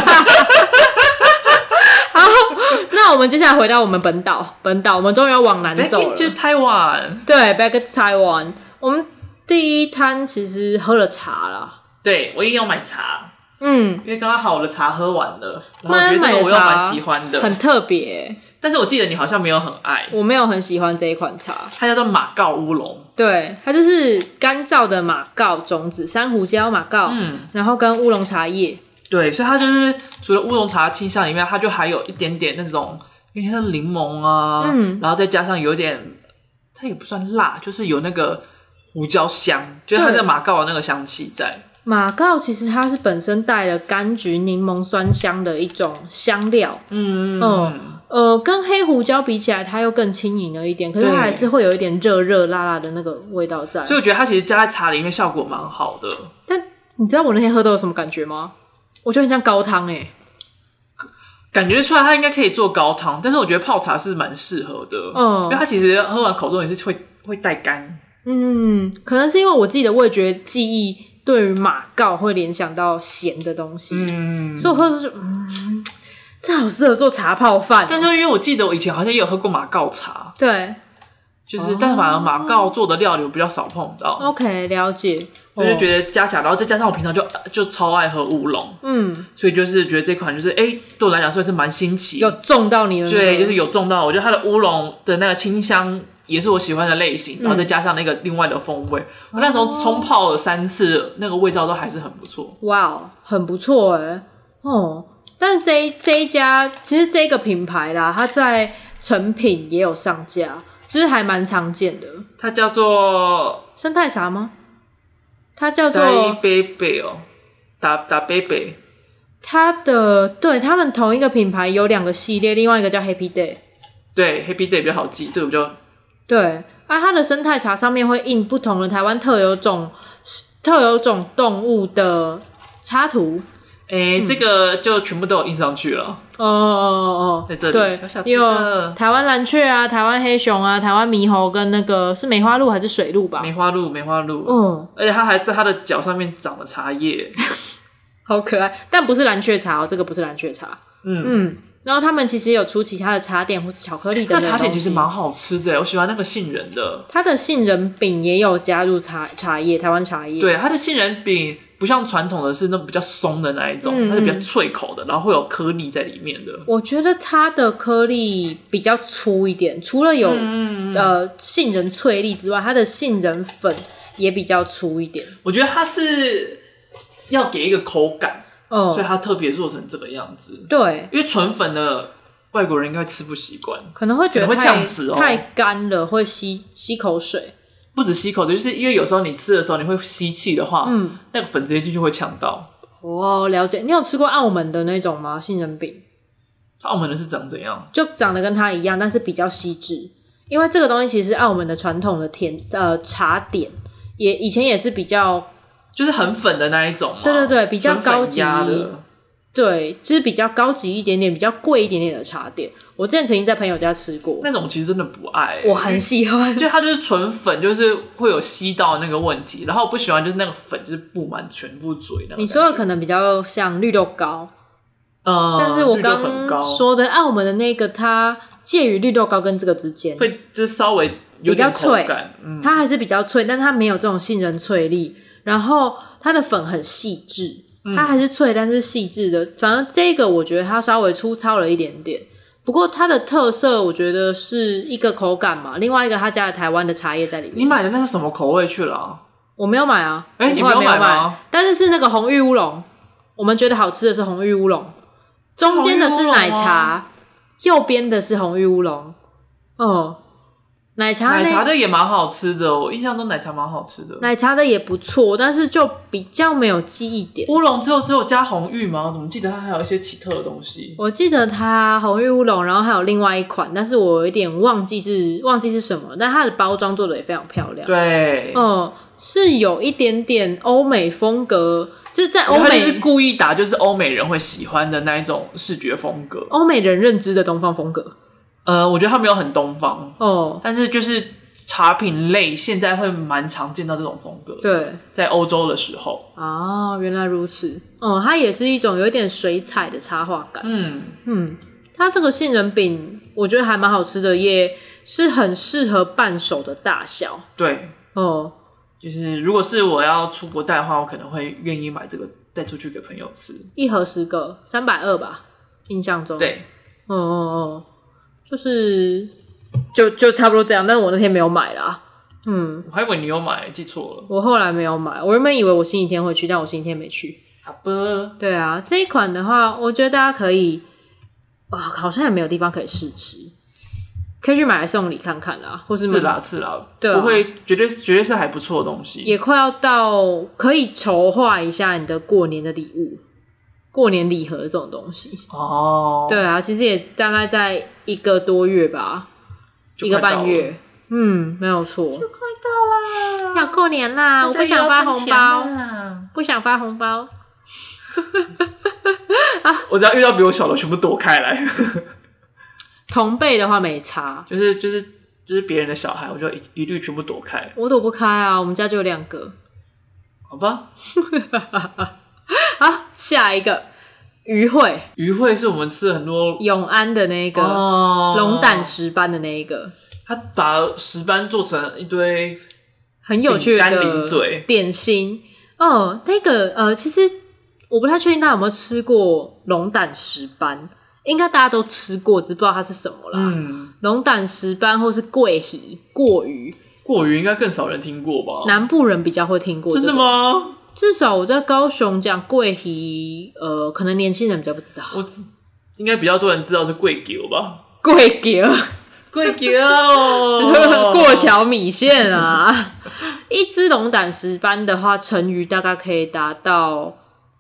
[SPEAKER 1] 那我们接下来回到我们本岛，我们终于要往南走了。
[SPEAKER 2] Back to Taiwan。
[SPEAKER 1] 对 ，Back to Taiwan。我们第一摊其实喝了茶啦。
[SPEAKER 2] 对，我也有买茶。因为刚刚好我的茶喝完了，然后我觉得这个我又蛮喜欢的，
[SPEAKER 1] 很特别。
[SPEAKER 2] 但是我记得你好像没有很爱。
[SPEAKER 1] 我没有很喜欢这一款茶，
[SPEAKER 2] 它叫做马告乌龙。
[SPEAKER 1] 对，它就是干燥的马告种子、珊瑚礁马告，然后跟乌龙茶叶。对，
[SPEAKER 2] 所以它就是除了乌龙茶清香里面，它就还有一点点那种有点像柠檬啊，然后再加上有点，它也不算辣，就是有那个胡椒香，就是它的马告的那个香气在。
[SPEAKER 1] 马告其实它是本身带了柑橘、柠檬酸香的一种香料，跟黑胡椒比起来，它又更轻盈了一点，可是它还是会有一点热热辣辣的那个味道在。
[SPEAKER 2] 所以我觉得它其实加在茶里面效果蛮好的。
[SPEAKER 1] 但你知道我那天喝到有什么感觉吗？我觉得很像高汤
[SPEAKER 2] 感觉出来它应该可以做高汤，但是我觉得泡茶是蛮适合的，因为它其实喝完口中也是会带干。
[SPEAKER 1] 可能是因为我自己的味觉记忆对于马告会联想到咸的东西，所以我喝的是这好适合做茶泡饭。
[SPEAKER 2] 但是因为我记得我以前好像也有喝过马告茶，
[SPEAKER 1] 对，
[SPEAKER 2] 就是但反而马告做的料理我比较少碰到。
[SPEAKER 1] OK， 了解。
[SPEAKER 2] 我就觉得加起来，然后再加上我平常就超爱喝乌龙，所以就是觉得这款就是对我来讲算是蛮新奇，
[SPEAKER 1] 有中到你的，
[SPEAKER 2] 对，就是有中到。我觉得它的乌龙的那个清香也是我喜欢的类型，然后再加上那个另外的风味，我那时候冲泡了3次，那个味道都还是很不错。
[SPEAKER 1] 哇，很不错但是这一家其实这个品牌啦，它在成品也有上架，就是还蛮常见的。
[SPEAKER 2] 它叫做
[SPEAKER 1] 生态茶吗？它叫做
[SPEAKER 2] 大贝贝大贝贝。
[SPEAKER 1] 对，他们同一个品牌有2个系列，另外一个叫 Happy Day。
[SPEAKER 2] 对 ，Happy Day 比较好记，这个比较
[SPEAKER 1] 对。它的生态茶上面会印不同的台湾特有种动物的插图。
[SPEAKER 2] 这个就全部都有印上去了。在这里
[SPEAKER 1] 对，有台湾蓝雀啊，台湾黑熊啊，台湾猕猴跟那个是梅花鹿还是水鹿吧？
[SPEAKER 2] 梅花鹿。而且它还在它的脚上面长了茶叶，
[SPEAKER 1] 好可爱。但不是蓝雀茶这个不是蓝雀茶。 然后他们其实也有出其他的茶点或是巧克力的。
[SPEAKER 2] 那茶点其实蛮好吃的，我喜欢那个杏仁的。
[SPEAKER 1] 它的杏仁饼也有加入茶叶，台湾茶叶。
[SPEAKER 2] 对，它的杏仁饼不像传统的是那种比较松的那一种，它是比较脆口的，然后会有颗粒在里面的。
[SPEAKER 1] 我觉得它的颗粒比较粗一点，除了有杏仁脆粒之外，它的杏仁粉也比较粗一点。
[SPEAKER 2] 我觉得它是要给一个口感，所以它特别做成这个样子。
[SPEAKER 1] 对，
[SPEAKER 2] 因为纯粉的外国人应该吃不习惯，
[SPEAKER 1] 可能会觉得
[SPEAKER 2] 会呛死哦，
[SPEAKER 1] 太干了，会吸口水。
[SPEAKER 2] 不止吸口水，就是因为有时候你吃的时候你会吸气的话，那个粉直接进去会呛到。
[SPEAKER 1] 哦，了解。你有吃过澳门的那种吗？杏仁饼？
[SPEAKER 2] 澳门的是长怎样？
[SPEAKER 1] 就长得跟它一样，但是比较细致。因为这个东西其实是澳门的传统的茶点，以前也是比较
[SPEAKER 2] 就是很粉的那一种嘛。
[SPEAKER 1] 对对对，比较高级
[SPEAKER 2] 的。
[SPEAKER 1] 对，就是比较高级一点点、比较贵一点点的茶点。我之前曾经在朋友家吃过，
[SPEAKER 2] 那种其实真的不爱，
[SPEAKER 1] 我很喜欢，
[SPEAKER 2] 就它就是纯粉，就是会有吸到那个问题。然后我不喜欢就是那个粉就是布满全部嘴那种。
[SPEAKER 1] 你说的可能比较像绿豆糕，但是我刚说的澳门的那个，它介于绿豆糕跟这个之间，
[SPEAKER 2] 会就是稍微有点口感，
[SPEAKER 1] 它还是比较脆，但它没有这种杏仁脆粒，然后它的粉很细致。它还是脆，但是细致的。反而这个我觉得它稍微粗糙了一点点，不过它的特色我觉得是一个口感嘛，另外一个它加了台湾的茶叶在里面。
[SPEAKER 2] 你买的那是什么口味去了啊？
[SPEAKER 1] 我没有买啊。
[SPEAKER 2] 你没有买吗？
[SPEAKER 1] 但是那个红玉乌龙，我们觉得好吃的是红玉乌龙，中间的是奶茶，右边的是红玉乌龙。奶茶
[SPEAKER 2] 的也蛮好吃的，我印象中奶茶蛮好吃的。
[SPEAKER 1] 奶茶的也不错，但是就比较没有记忆点。
[SPEAKER 2] 乌龙只有加红玉吗？我怎么记得它还有一些奇特的东西？
[SPEAKER 1] 我记得它红玉乌龙，然后还有另外一款，但是我有一点忘记是什么，但它的包装做的也非常漂亮。
[SPEAKER 2] 对，
[SPEAKER 1] 是有一点点欧美风格，就是在欧美，
[SPEAKER 2] 它就是故意打就是欧美人会喜欢的那一种视觉风格，
[SPEAKER 1] 欧美人认知的东方风格。
[SPEAKER 2] 我觉得它没有很东方但是就是茶品类现在会蛮常见到这种风格。
[SPEAKER 1] 对，
[SPEAKER 2] 在欧洲的时候。
[SPEAKER 1] 原来如此。它也是一种有一点水彩的插画感。它这个杏仁饼我觉得还蛮好吃的，也是很适合半熟的大小。
[SPEAKER 2] 对，就是如果是我要出国带的话，我可能会愿意买这个带出去给朋友吃。
[SPEAKER 1] 一盒10个320吧，印象中。
[SPEAKER 2] 对，
[SPEAKER 1] 就差不多这样，但是我那天没有买啦。
[SPEAKER 2] 我还以为你有买，记错了。
[SPEAKER 1] 我后来没有买，我原本以为我星期天会去，但我星期天没去。
[SPEAKER 2] 好吧。
[SPEAKER 1] 对啊，这一款的话，我觉得大家可以，好像也没有地方可以试吃，可以去买来送礼看看啦，或是
[SPEAKER 2] 是啦，对不会，绝对是还不错的东西。
[SPEAKER 1] 也快要到可以筹划一下你的过年的礼物。过年礼盒这种东西对啊，其实也大概在1个多月吧，1个半月，没有错，
[SPEAKER 2] 就快到啦，
[SPEAKER 1] 要过年啦，我不想发红包，不想发红包，
[SPEAKER 2] 我只要遇到比我小的，全部躲开来。
[SPEAKER 1] 同辈的话没差，
[SPEAKER 2] 就是别人的小孩，我就一律全部躲开。
[SPEAKER 1] 我躲不开啊，我们家就有2个，
[SPEAKER 2] 好吧。
[SPEAKER 1] 好，下一个鱼会。
[SPEAKER 2] 鱼会是我们吃了很多
[SPEAKER 1] 永安的那个龙胆石斑的那一个，
[SPEAKER 2] 他把石斑做成一堆
[SPEAKER 1] 很有趣的点心那个其实我不太确定大家有没有吃过龙胆石斑，应该大家都吃过，只不知道它是什么啦。龙胆石斑或是桂鱼、过鱼
[SPEAKER 2] 应该更少人听过吧？
[SPEAKER 1] 南部人比较会听过，
[SPEAKER 2] 真的吗？
[SPEAKER 1] 至少我在高雄讲桂鱼，可能年轻人比较不知道。
[SPEAKER 2] 应该比较多人知道是桂球吧？
[SPEAKER 1] 桂球，过桥米线啊！一只龙胆石斑的话，成鱼大概可以达到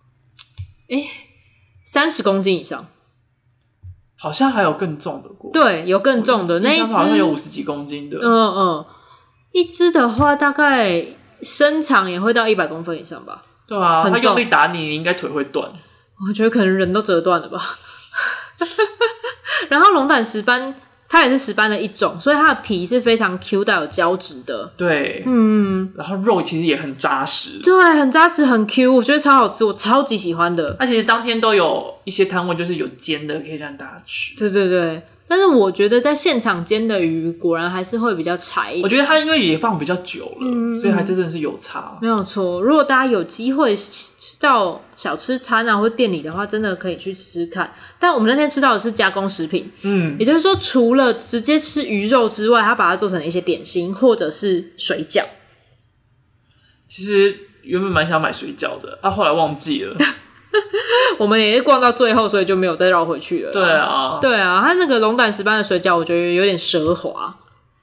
[SPEAKER 1] 30公斤以上。
[SPEAKER 2] 好像还有更重的过。
[SPEAKER 1] 对，有更重的，那一只
[SPEAKER 2] 好像有50几公斤的。
[SPEAKER 1] 一只的话大概身长也会到100公分以上吧。
[SPEAKER 2] 对啊，他用力打你，你应该腿会断。
[SPEAKER 1] 我觉得可能人都折断了吧。然后龙胆石斑它也是石斑的一种，所以它的皮是非常 Q 带有胶质的。
[SPEAKER 2] 对，然后肉其实也很扎实，
[SPEAKER 1] 对，很扎实很 Q， 我觉得超好吃，我超级喜欢的。
[SPEAKER 2] 它其实当天都有一些摊位就是有煎的可以让大家吃。
[SPEAKER 1] 对对对，但是我觉得在现场煎的鱼果然还是会比较柴一点。
[SPEAKER 2] 我觉得它因为也放比较久了，所以还真的是有差。
[SPEAKER 1] 没有错，如果大家有机会吃到小吃摊啊或店里的话，真的可以去吃吃看。但我们那天吃到的是加工食品，也就是说除了直接吃鱼肉之外，它把它做成了一些点心或者是水饺。
[SPEAKER 2] 其实原本蛮想买水饺的，后来忘记了。
[SPEAKER 1] 我们也是逛到最后，所以就没有再绕回去了。
[SPEAKER 2] 对啊，
[SPEAKER 1] 对啊，它那个龙胆石斑的水饺，我觉得有点奢华。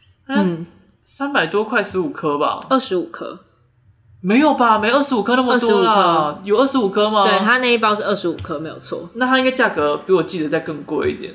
[SPEAKER 2] 300多块15颗吧
[SPEAKER 1] ，25颗。
[SPEAKER 2] 没有吧？没25颗那么多啦，有25颗吗？
[SPEAKER 1] 对，它那一包是25颗，没有错。
[SPEAKER 2] 那它应该价格比我记得再更贵一点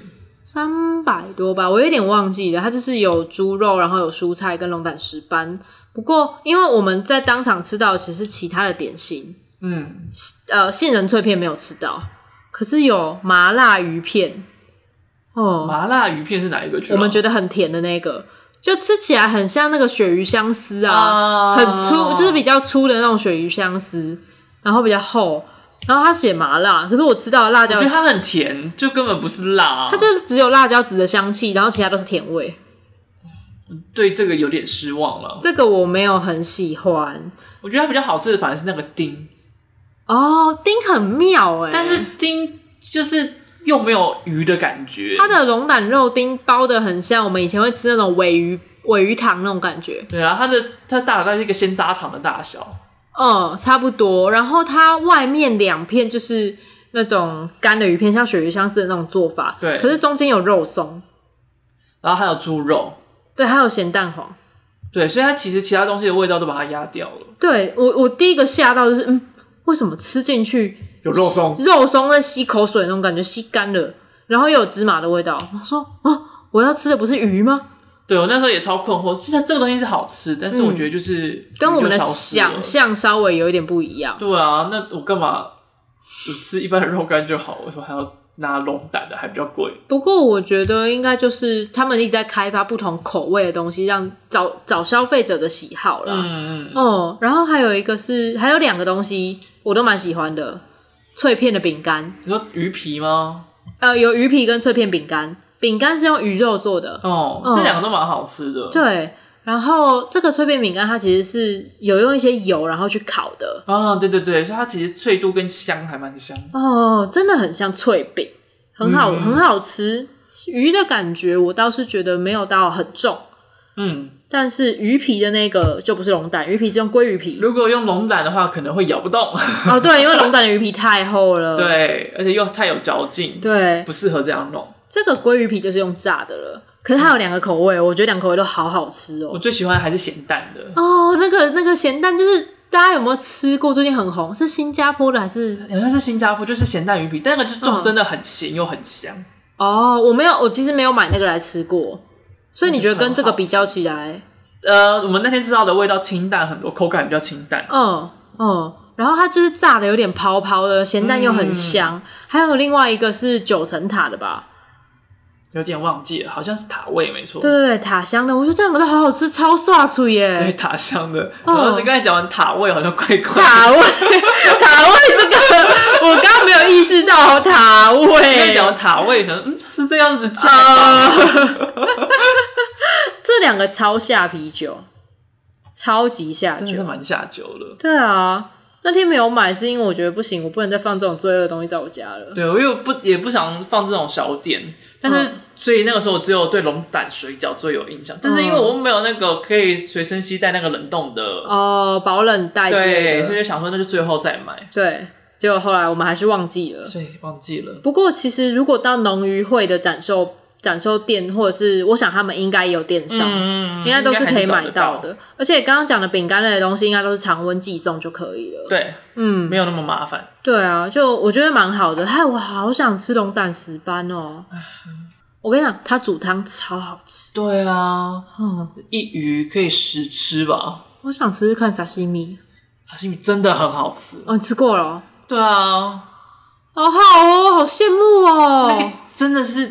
[SPEAKER 1] ，300多吧，我有点忘记了。它就是有猪肉，然后有蔬菜跟龙胆石斑。不过因为我们在当场吃到的其实是其他的点心，杏仁脆片没有吃到，可是有麻辣鱼片。
[SPEAKER 2] 麻辣鱼片是哪一个？
[SPEAKER 1] 我们觉得很甜的那个。就吃起来很像那个鳕鱼香丝啊，很粗，就是比较粗的那种鳕鱼香丝，然后比较厚，然后它写麻辣，可是我吃到的辣椒，
[SPEAKER 2] 我觉得它很甜，就根本不是辣，
[SPEAKER 1] 它就只有辣椒籽的香气，然后其他都是甜味。
[SPEAKER 2] 对这个有点失望了，
[SPEAKER 1] 这个我没有很喜欢。
[SPEAKER 2] 我觉得它比较好吃的反而是那个丁。
[SPEAKER 1] 丁很妙
[SPEAKER 2] 但是丁就是又没有鱼的感觉，
[SPEAKER 1] 它的龙胆肉丁包的很像我们以前会吃那种鲔鱼糖那种感觉。
[SPEAKER 2] 对啊，它大概是一个鲜渣糖的大小，
[SPEAKER 1] 差不多。然后它外面2片就是那种干的鱼片，像鳕鱼香丝的那种做法。
[SPEAKER 2] 对，
[SPEAKER 1] 可是中间有肉松，
[SPEAKER 2] 然后还有猪肉，
[SPEAKER 1] 对，还有咸蛋黄。
[SPEAKER 2] 对，所以它其实其他东西的味道都把它压掉了。
[SPEAKER 1] 对，我第一个吓到就是为什么吃进去
[SPEAKER 2] 有肉
[SPEAKER 1] 松在吸口水那种感觉，吸干了，然后又有芝麻的味道。我说我要吃的不是鱼吗？
[SPEAKER 2] 对，我那时候也超困惑，是这个东西是好吃，但是我觉得就是
[SPEAKER 1] 跟我们的想象稍微有一点不一样。
[SPEAKER 2] 对啊，那我干嘛就吃一般的肉干就好？为什么还要拿龙胆的，还比较贵？
[SPEAKER 1] 不过我觉得应该就是他们一直在开发不同口味的东西，让找消费者的喜好啦。然后还有2个东西我都蛮喜欢的。脆片的饼干，
[SPEAKER 2] 你说鱼皮吗？
[SPEAKER 1] 有鱼皮跟脆片饼干，饼干是用鱼肉做的。
[SPEAKER 2] 这2个都蛮好吃的。
[SPEAKER 1] 对，然后这个脆片饼干它其实是有用一些油然后去烤的。
[SPEAKER 2] 对对对，所以它其实脆度跟香还蛮香。
[SPEAKER 1] 真的很像脆饼，很好吃。鱼的感觉我倒是觉得没有到很重。但是鱼皮的那个就不是龙胆，鱼皮是用鲑鱼皮。
[SPEAKER 2] 如果用龙胆的话，可能会咬不动。
[SPEAKER 1] 对，因为龙胆的鱼皮太厚了。
[SPEAKER 2] 对，而且又太有嚼劲，
[SPEAKER 1] 对，
[SPEAKER 2] 不适合这样弄。
[SPEAKER 1] 这个鲑鱼皮就是用炸的了，可是它有2个口味，我觉得2个口味都好好吃哦。
[SPEAKER 2] 我最喜欢还是咸蛋的。
[SPEAKER 1] 那个咸蛋就是大家有没有吃过？最近很红，是新加坡的还是？
[SPEAKER 2] 好像是新加坡，就是咸蛋鱼皮，但那个就真的很咸又很香。
[SPEAKER 1] 我其实没有买那个来吃过。所以你觉得跟这个比较起来，
[SPEAKER 2] 我们那天知道的味道清淡很多，口感比较清淡。
[SPEAKER 1] 然后它就是炸的有点泡泡的，咸蛋又很香。还有另外一个是9层塔的吧？
[SPEAKER 2] 有点忘记了，好像是塔味没错。
[SPEAKER 1] 对对对，塔香的，我觉得这2个都好好吃，超刷嘴耶。
[SPEAKER 2] 对，塔香的。然后你刚才讲完塔味，好像怪怪的。
[SPEAKER 1] 塔味这个，我刚刚没有意识到塔味。
[SPEAKER 2] 刚才讲完塔味，想是这样子叫的。
[SPEAKER 1] 这2个超下啤酒，超级下酒，
[SPEAKER 2] 真的是蛮下酒的。
[SPEAKER 1] 对啊，那天没有买是因为我觉得不行，我不能再放这种罪恶的东西在我家了。
[SPEAKER 2] 对，我也不想放这种小点，但是所以那个时候我只有对龙胆水饺最有印象，但是因为我没有那个可以随身携带那个冷冻的
[SPEAKER 1] 保冷袋之类的，
[SPEAKER 2] 对，所以就想说那就最后再买。
[SPEAKER 1] 对，结果后来我们还是忘记了。
[SPEAKER 2] 对，忘记了。
[SPEAKER 1] 不过其实如果到农渔会的展售店，或者是我想他们应该也有电商，应该都是可以买到的。而且刚刚讲的饼干类的东西，应该都是常温寄送就可以了。
[SPEAKER 2] 对，没有那么麻烦。
[SPEAKER 1] 对啊，就我觉得蛮好的。我好想吃龙胆石斑哦。我跟你讲，它煮汤超好吃。
[SPEAKER 2] 对啊，一鱼可以10吃吧。
[SPEAKER 1] 我想吃吃看沙西米，
[SPEAKER 2] 沙西米真的很好吃。
[SPEAKER 1] 你吃过了？
[SPEAKER 2] 对啊，
[SPEAKER 1] 好好哦，好羡慕哦。
[SPEAKER 2] 那个真的是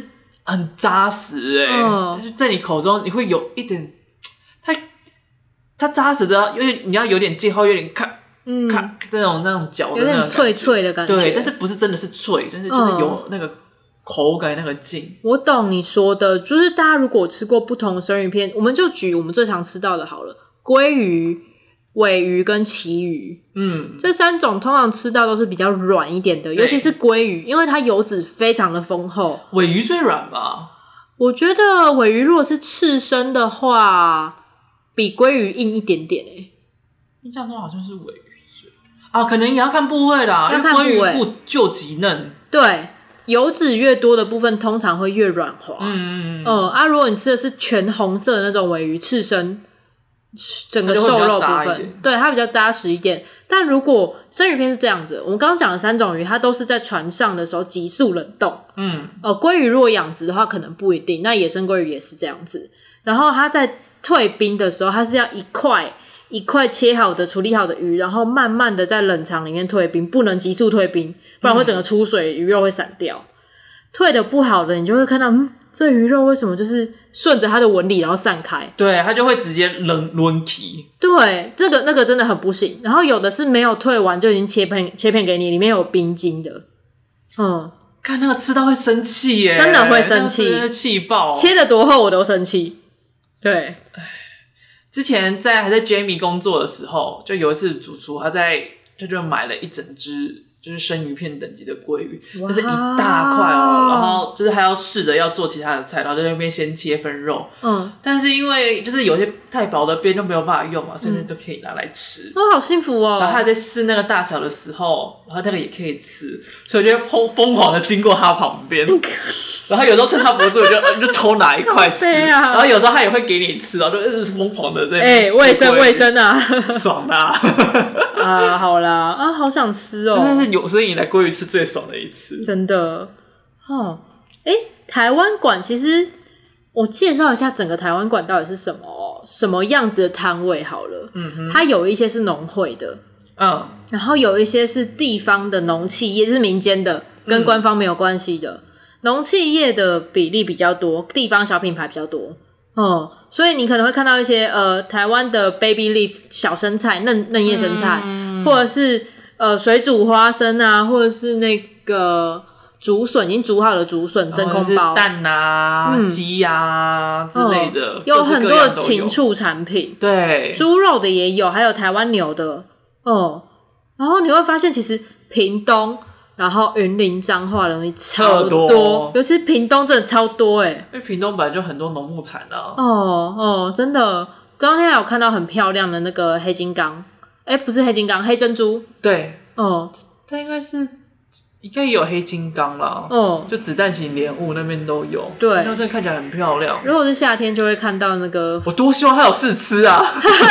[SPEAKER 2] 很扎实在你口中你会有一点，它扎实的，因为你要有点劲，后有点咔那种嚼的那种感觉，
[SPEAKER 1] 有点脆脆的感觉。
[SPEAKER 2] 对，但是不是真的是脆，但是就是有那个口感那个劲。
[SPEAKER 1] 我懂你说的，就是大家如果吃过不同的生鱼片，我们就举我们最常吃到的好了，鲑鱼、鲔鱼跟旗鱼，这3种通常吃到都是比较软一点的，尤其是鲑鱼，因为它油脂非常的丰厚。
[SPEAKER 2] 鲔鱼最软吧？
[SPEAKER 1] 我觉得鲔鱼如果是刺身的话，比鲑鱼硬一点点
[SPEAKER 2] 印象中好像是鲔鱼可能也要看部位啦，因为鲑鱼腹就极嫩。
[SPEAKER 1] 对，油脂越多的部分通常会越软滑。如果你吃的是全红色的那种鲔鱼刺身，整个瘦肉部分，对，它比较扎实一点。但如果生鱼片是这样子，我们刚刚讲的3种鱼，它都是在船上的时候急速冷冻。鲑鱼如果养殖的话，可能不一定。那野生鲑鱼也是这样子。然后它在退冰的时候，它是要一块一块切好的处理好的鱼，然后慢慢的在冷藏里面退冰，不能急速退冰，不然会整个出水，鱼肉会散掉。退的不好的，你就会看到这鱼肉为什么就是顺着它的纹理然后散开，
[SPEAKER 2] 对，它就会直接抡起。
[SPEAKER 1] 对，那个真的很不行。然后有的是没有退完就已经切片给你，里面有冰晶的。
[SPEAKER 2] 看那个吃到会生气耶，
[SPEAKER 1] 真的会生气，
[SPEAKER 2] 真的气爆，
[SPEAKER 1] 切得多厚我都生气。对，
[SPEAKER 2] 之前还在 Jamie 工作的时候，就有一次主厨他就买了一整只就是生鱼片等级的鲑鱼，就是一大块然后就是还要试着要做其他的菜，然后在那边先切分肉。但是因为就是有些太薄的边就没有办法用嘛，所以都可以拿来吃。
[SPEAKER 1] 好幸福哦！
[SPEAKER 2] 然后他还在试那个大小的时候，然后那个也可以吃，所以我就疯狂的经过他旁边。然后有时候趁他不注意就偷拿一块吃，然后有时候他也会给你吃，然后就一直疯狂的在那边吃
[SPEAKER 1] 卫生啊，
[SPEAKER 2] 爽啊！
[SPEAKER 1] 好啦好想吃哦！
[SPEAKER 2] 真的是有生以来鲑鱼是最爽的一次，
[SPEAKER 1] 真的台湾馆其实我介绍一下整个台湾馆到底是什么样子的摊位好了。它有一些是农会的，然后有一些是地方的农企业，是民间的，跟官方没有关系的。农企业的比例比较多，地方小品牌比较多。所以你可能会看到一些台湾的 baby leaf 小生菜、嫩叶生菜，或者是水煮花生啊，或者是那个竹笋，已经煮好的竹笋真空包，
[SPEAKER 2] 蛋啊、鸡啊之类的，
[SPEAKER 1] 有很多的禽畜产品。
[SPEAKER 2] 对，
[SPEAKER 1] 猪肉的也有，还有台湾牛的。然后你会发现其实屏东然后云林彰化的东西超多，尤其是屏东真的超多因
[SPEAKER 2] 为屏东本来就很多农牧产啊。
[SPEAKER 1] 真的，刚才有看到很漂亮的那个黑金刚，不是黑金刚，黑珍珠。
[SPEAKER 2] 对，它应该也有黑金刚啦。就子弹型莲雾那边都有。对，那真的看起来很漂亮。
[SPEAKER 1] 如果是夏天就会看到那个，
[SPEAKER 2] 我多希望它有试吃啊。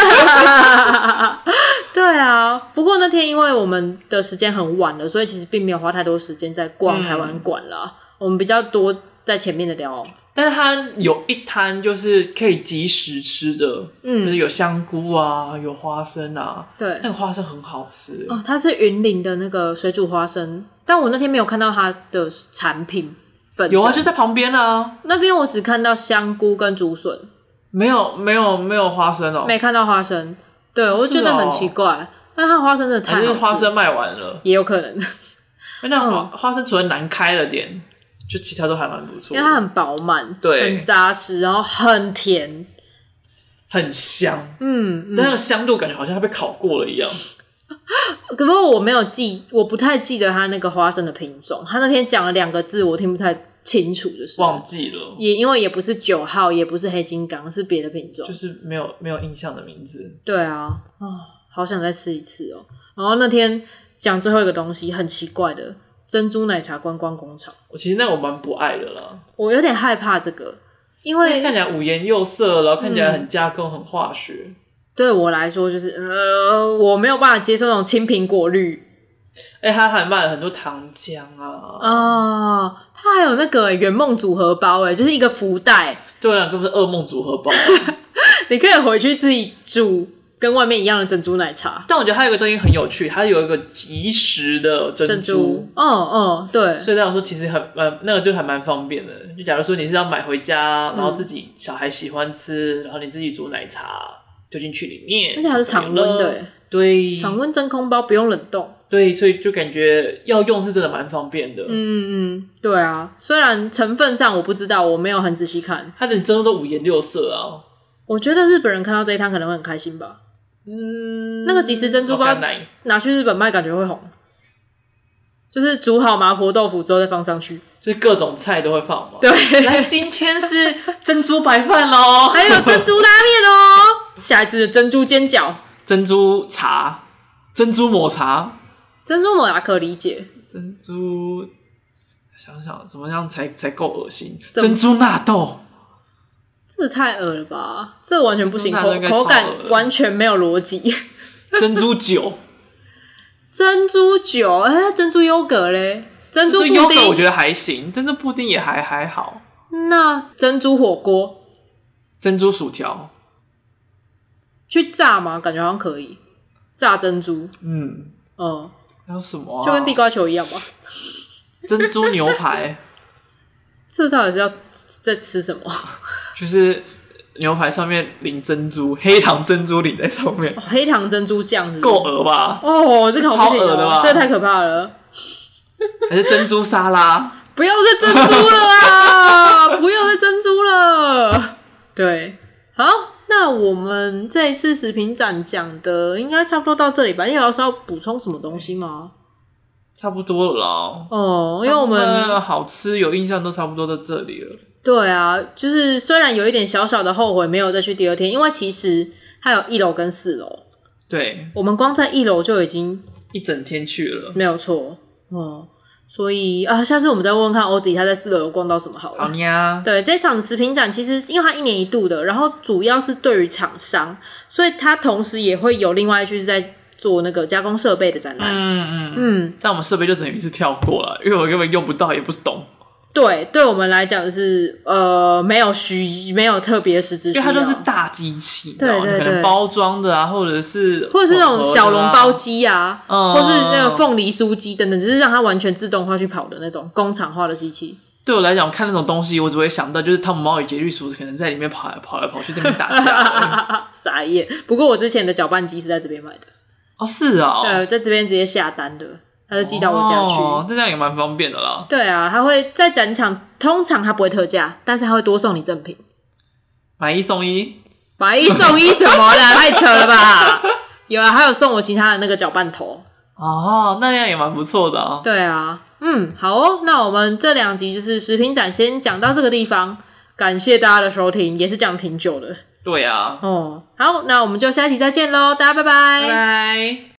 [SPEAKER 1] 对啊，不过那天因为我们的时间很晚了，所以其实并没有花太多时间在逛台湾馆啦。我们比较多在前面的聊。
[SPEAKER 2] 但是它有一摊就是可以即时吃的，就是有香菇啊，有花生啊。对，那个花生很好吃。
[SPEAKER 1] 它是云林的那个水煮花生，但我那天没有看到它的产品本身。
[SPEAKER 2] 有啊，就在旁边啊。
[SPEAKER 1] 那边我只看到香菇跟竹笋，
[SPEAKER 2] 没有花生
[SPEAKER 1] 没看到花生。对，我就觉得很奇怪，但它花生真的太好吃，
[SPEAKER 2] 还是花生卖完了，
[SPEAKER 1] 也有可能。
[SPEAKER 2] 那花生除了难开了点，就其他都还蛮不错，
[SPEAKER 1] 因为它很饱满，
[SPEAKER 2] 对，
[SPEAKER 1] 很扎实，然后很甜，
[SPEAKER 2] 很香。但那个香度感觉好像它被烤过了一样。
[SPEAKER 1] 可是我不太记得它那个花生的品种。他那天讲了2个字，我听不太清楚的是
[SPEAKER 2] 忘记了，
[SPEAKER 1] 也因为也不是9号，也不是黑金刚，是别的品种，
[SPEAKER 2] 就是没有印象的名字。
[SPEAKER 1] 对啊，好想再吃一次哦。然后那天讲最后一个东西很奇怪的珍珠奶茶观光工厂，
[SPEAKER 2] 其实那我蛮不爱的啦，
[SPEAKER 1] 我有点害怕这个，因为
[SPEAKER 2] 看起来五颜六色，然后看起来很加工、很化学。
[SPEAKER 1] 对我来说就是我没有办法接受那种青苹果绿。
[SPEAKER 2] 他还卖了很多糖浆啊。
[SPEAKER 1] 他还有那个圆梦组合包就是一个福袋。
[SPEAKER 2] 对啊，根本是噩梦组合包。
[SPEAKER 1] 你可以回去自己煮跟外面一样的珍珠奶茶。
[SPEAKER 2] 但我觉得它有个东西很有趣，它有一个即时的珍珠。
[SPEAKER 1] 对。
[SPEAKER 2] 所以这样说其实那个就还蛮方便的。就假如说你是要买回家，然后自己小孩喜欢吃，然后你自己煮奶茶丢进去里面，
[SPEAKER 1] 而且还是常温的耶。
[SPEAKER 2] 对，
[SPEAKER 1] 常温真空包不用冷冻。
[SPEAKER 2] 对，所以就感觉要用是真的蛮方便的。
[SPEAKER 1] 对啊，虽然成分上我不知道，我没有很仔细看，
[SPEAKER 2] 它的珍珠都五颜六色啊。
[SPEAKER 1] 我觉得日本人看到这一摊可能会很开心吧。那个即食珍珠包拿去日本卖，感觉会红。就是煮好麻婆豆腐之后再放上去，
[SPEAKER 2] 就是各种菜都会放嘛。
[SPEAKER 1] 对，
[SPEAKER 2] 来，今天是珍珠白饭咯，
[SPEAKER 1] 还有珍珠拉面哦，下一次珍珠煎饺、
[SPEAKER 2] 珍珠茶、珍珠抹茶。
[SPEAKER 1] 珍珠抹茶可理解，
[SPEAKER 2] 珍珠想想怎么样才够恶心？珍珠纳豆，
[SPEAKER 1] 这太恶了吧！这完全不行，口感完全没有逻辑。
[SPEAKER 2] 珍珠酒，
[SPEAKER 1] 珍珠酒，珍珠优格嘞，珍珠布丁
[SPEAKER 2] 优格我觉得还行，珍珠布丁也还好。
[SPEAKER 1] 那珍珠火锅、
[SPEAKER 2] 珍珠薯条，
[SPEAKER 1] 去炸吗？感觉好像可以炸珍珠。
[SPEAKER 2] 还有什么
[SPEAKER 1] 就跟地瓜球一样吧。
[SPEAKER 2] 珍珠牛排，
[SPEAKER 1] 这到底是要在吃什么？
[SPEAKER 2] 就是牛排上面淋珍珠，黑糖珍珠淋在上面，
[SPEAKER 1] 黑糖珍珠酱
[SPEAKER 2] 够恶吧？
[SPEAKER 1] 这个好不行，超恶的吧？这太可怕了。
[SPEAKER 2] 还是珍珠沙拉？
[SPEAKER 1] 不要再珍珠了啊！不要再珍珠了。对，好。那我们这一次食品展讲的应该差不多到这里吧？你有要补充什么东西吗？
[SPEAKER 2] 差不多了啦。
[SPEAKER 1] 因为我们
[SPEAKER 2] 好吃有印象都差不多到这里了。
[SPEAKER 1] 对啊，就是虽然有一点小小的后悔没有再去第二天，因为其实还有1楼跟4楼。
[SPEAKER 2] 对，
[SPEAKER 1] 我们光在1楼就已经
[SPEAKER 2] 一整天去了，
[SPEAKER 1] 没有错。所以下次我们再问问看欧子他在4楼有逛到什么好了。
[SPEAKER 2] 好呀。
[SPEAKER 1] 对，这场食品展其实因为它1年1度的，然后主要是对于厂商，所以它同时也会有另外就是在做那个加工设备的展览。
[SPEAKER 2] 但我们设备就等于是跳过了，因为我根本用不到，也不懂。
[SPEAKER 1] 对，对我们来讲是没有特别实质需要，
[SPEAKER 2] 因为它都是大机器，
[SPEAKER 1] 对，
[SPEAKER 2] 可能包装的啊，或者是
[SPEAKER 1] 那种小笼包机啊，或是那个凤梨酥机等等，就是让它完全自动化去跑的那种工厂化的机器。
[SPEAKER 2] 对我来讲，看那种东西，我只会想到就是汤姆猫与杰律鼠可能在里面跑来跑去，那边打架。
[SPEAKER 1] 傻眼。不过我之前的搅拌机是在这边买的。
[SPEAKER 2] 是啊。
[SPEAKER 1] 对，在这边直接下单的。他就寄到我家去，
[SPEAKER 2] 这样也蛮方便的啦。
[SPEAKER 1] 对啊，他会在展场，通常他不会特价，但是他会多送你赠品，
[SPEAKER 2] 买1送1，
[SPEAKER 1] 买1送1什么啦？太扯了吧！有啊，还有送我其他的那个搅拌头。
[SPEAKER 2] 那样也蛮不错的啊。
[SPEAKER 1] 对啊，好哦，那我们这2集就是食品展先讲到这个地方，感谢大家的收听，也是讲挺久的。
[SPEAKER 2] 对啊。
[SPEAKER 1] 好，那我们就下一集再见咯，大家拜拜，
[SPEAKER 2] 拜拜。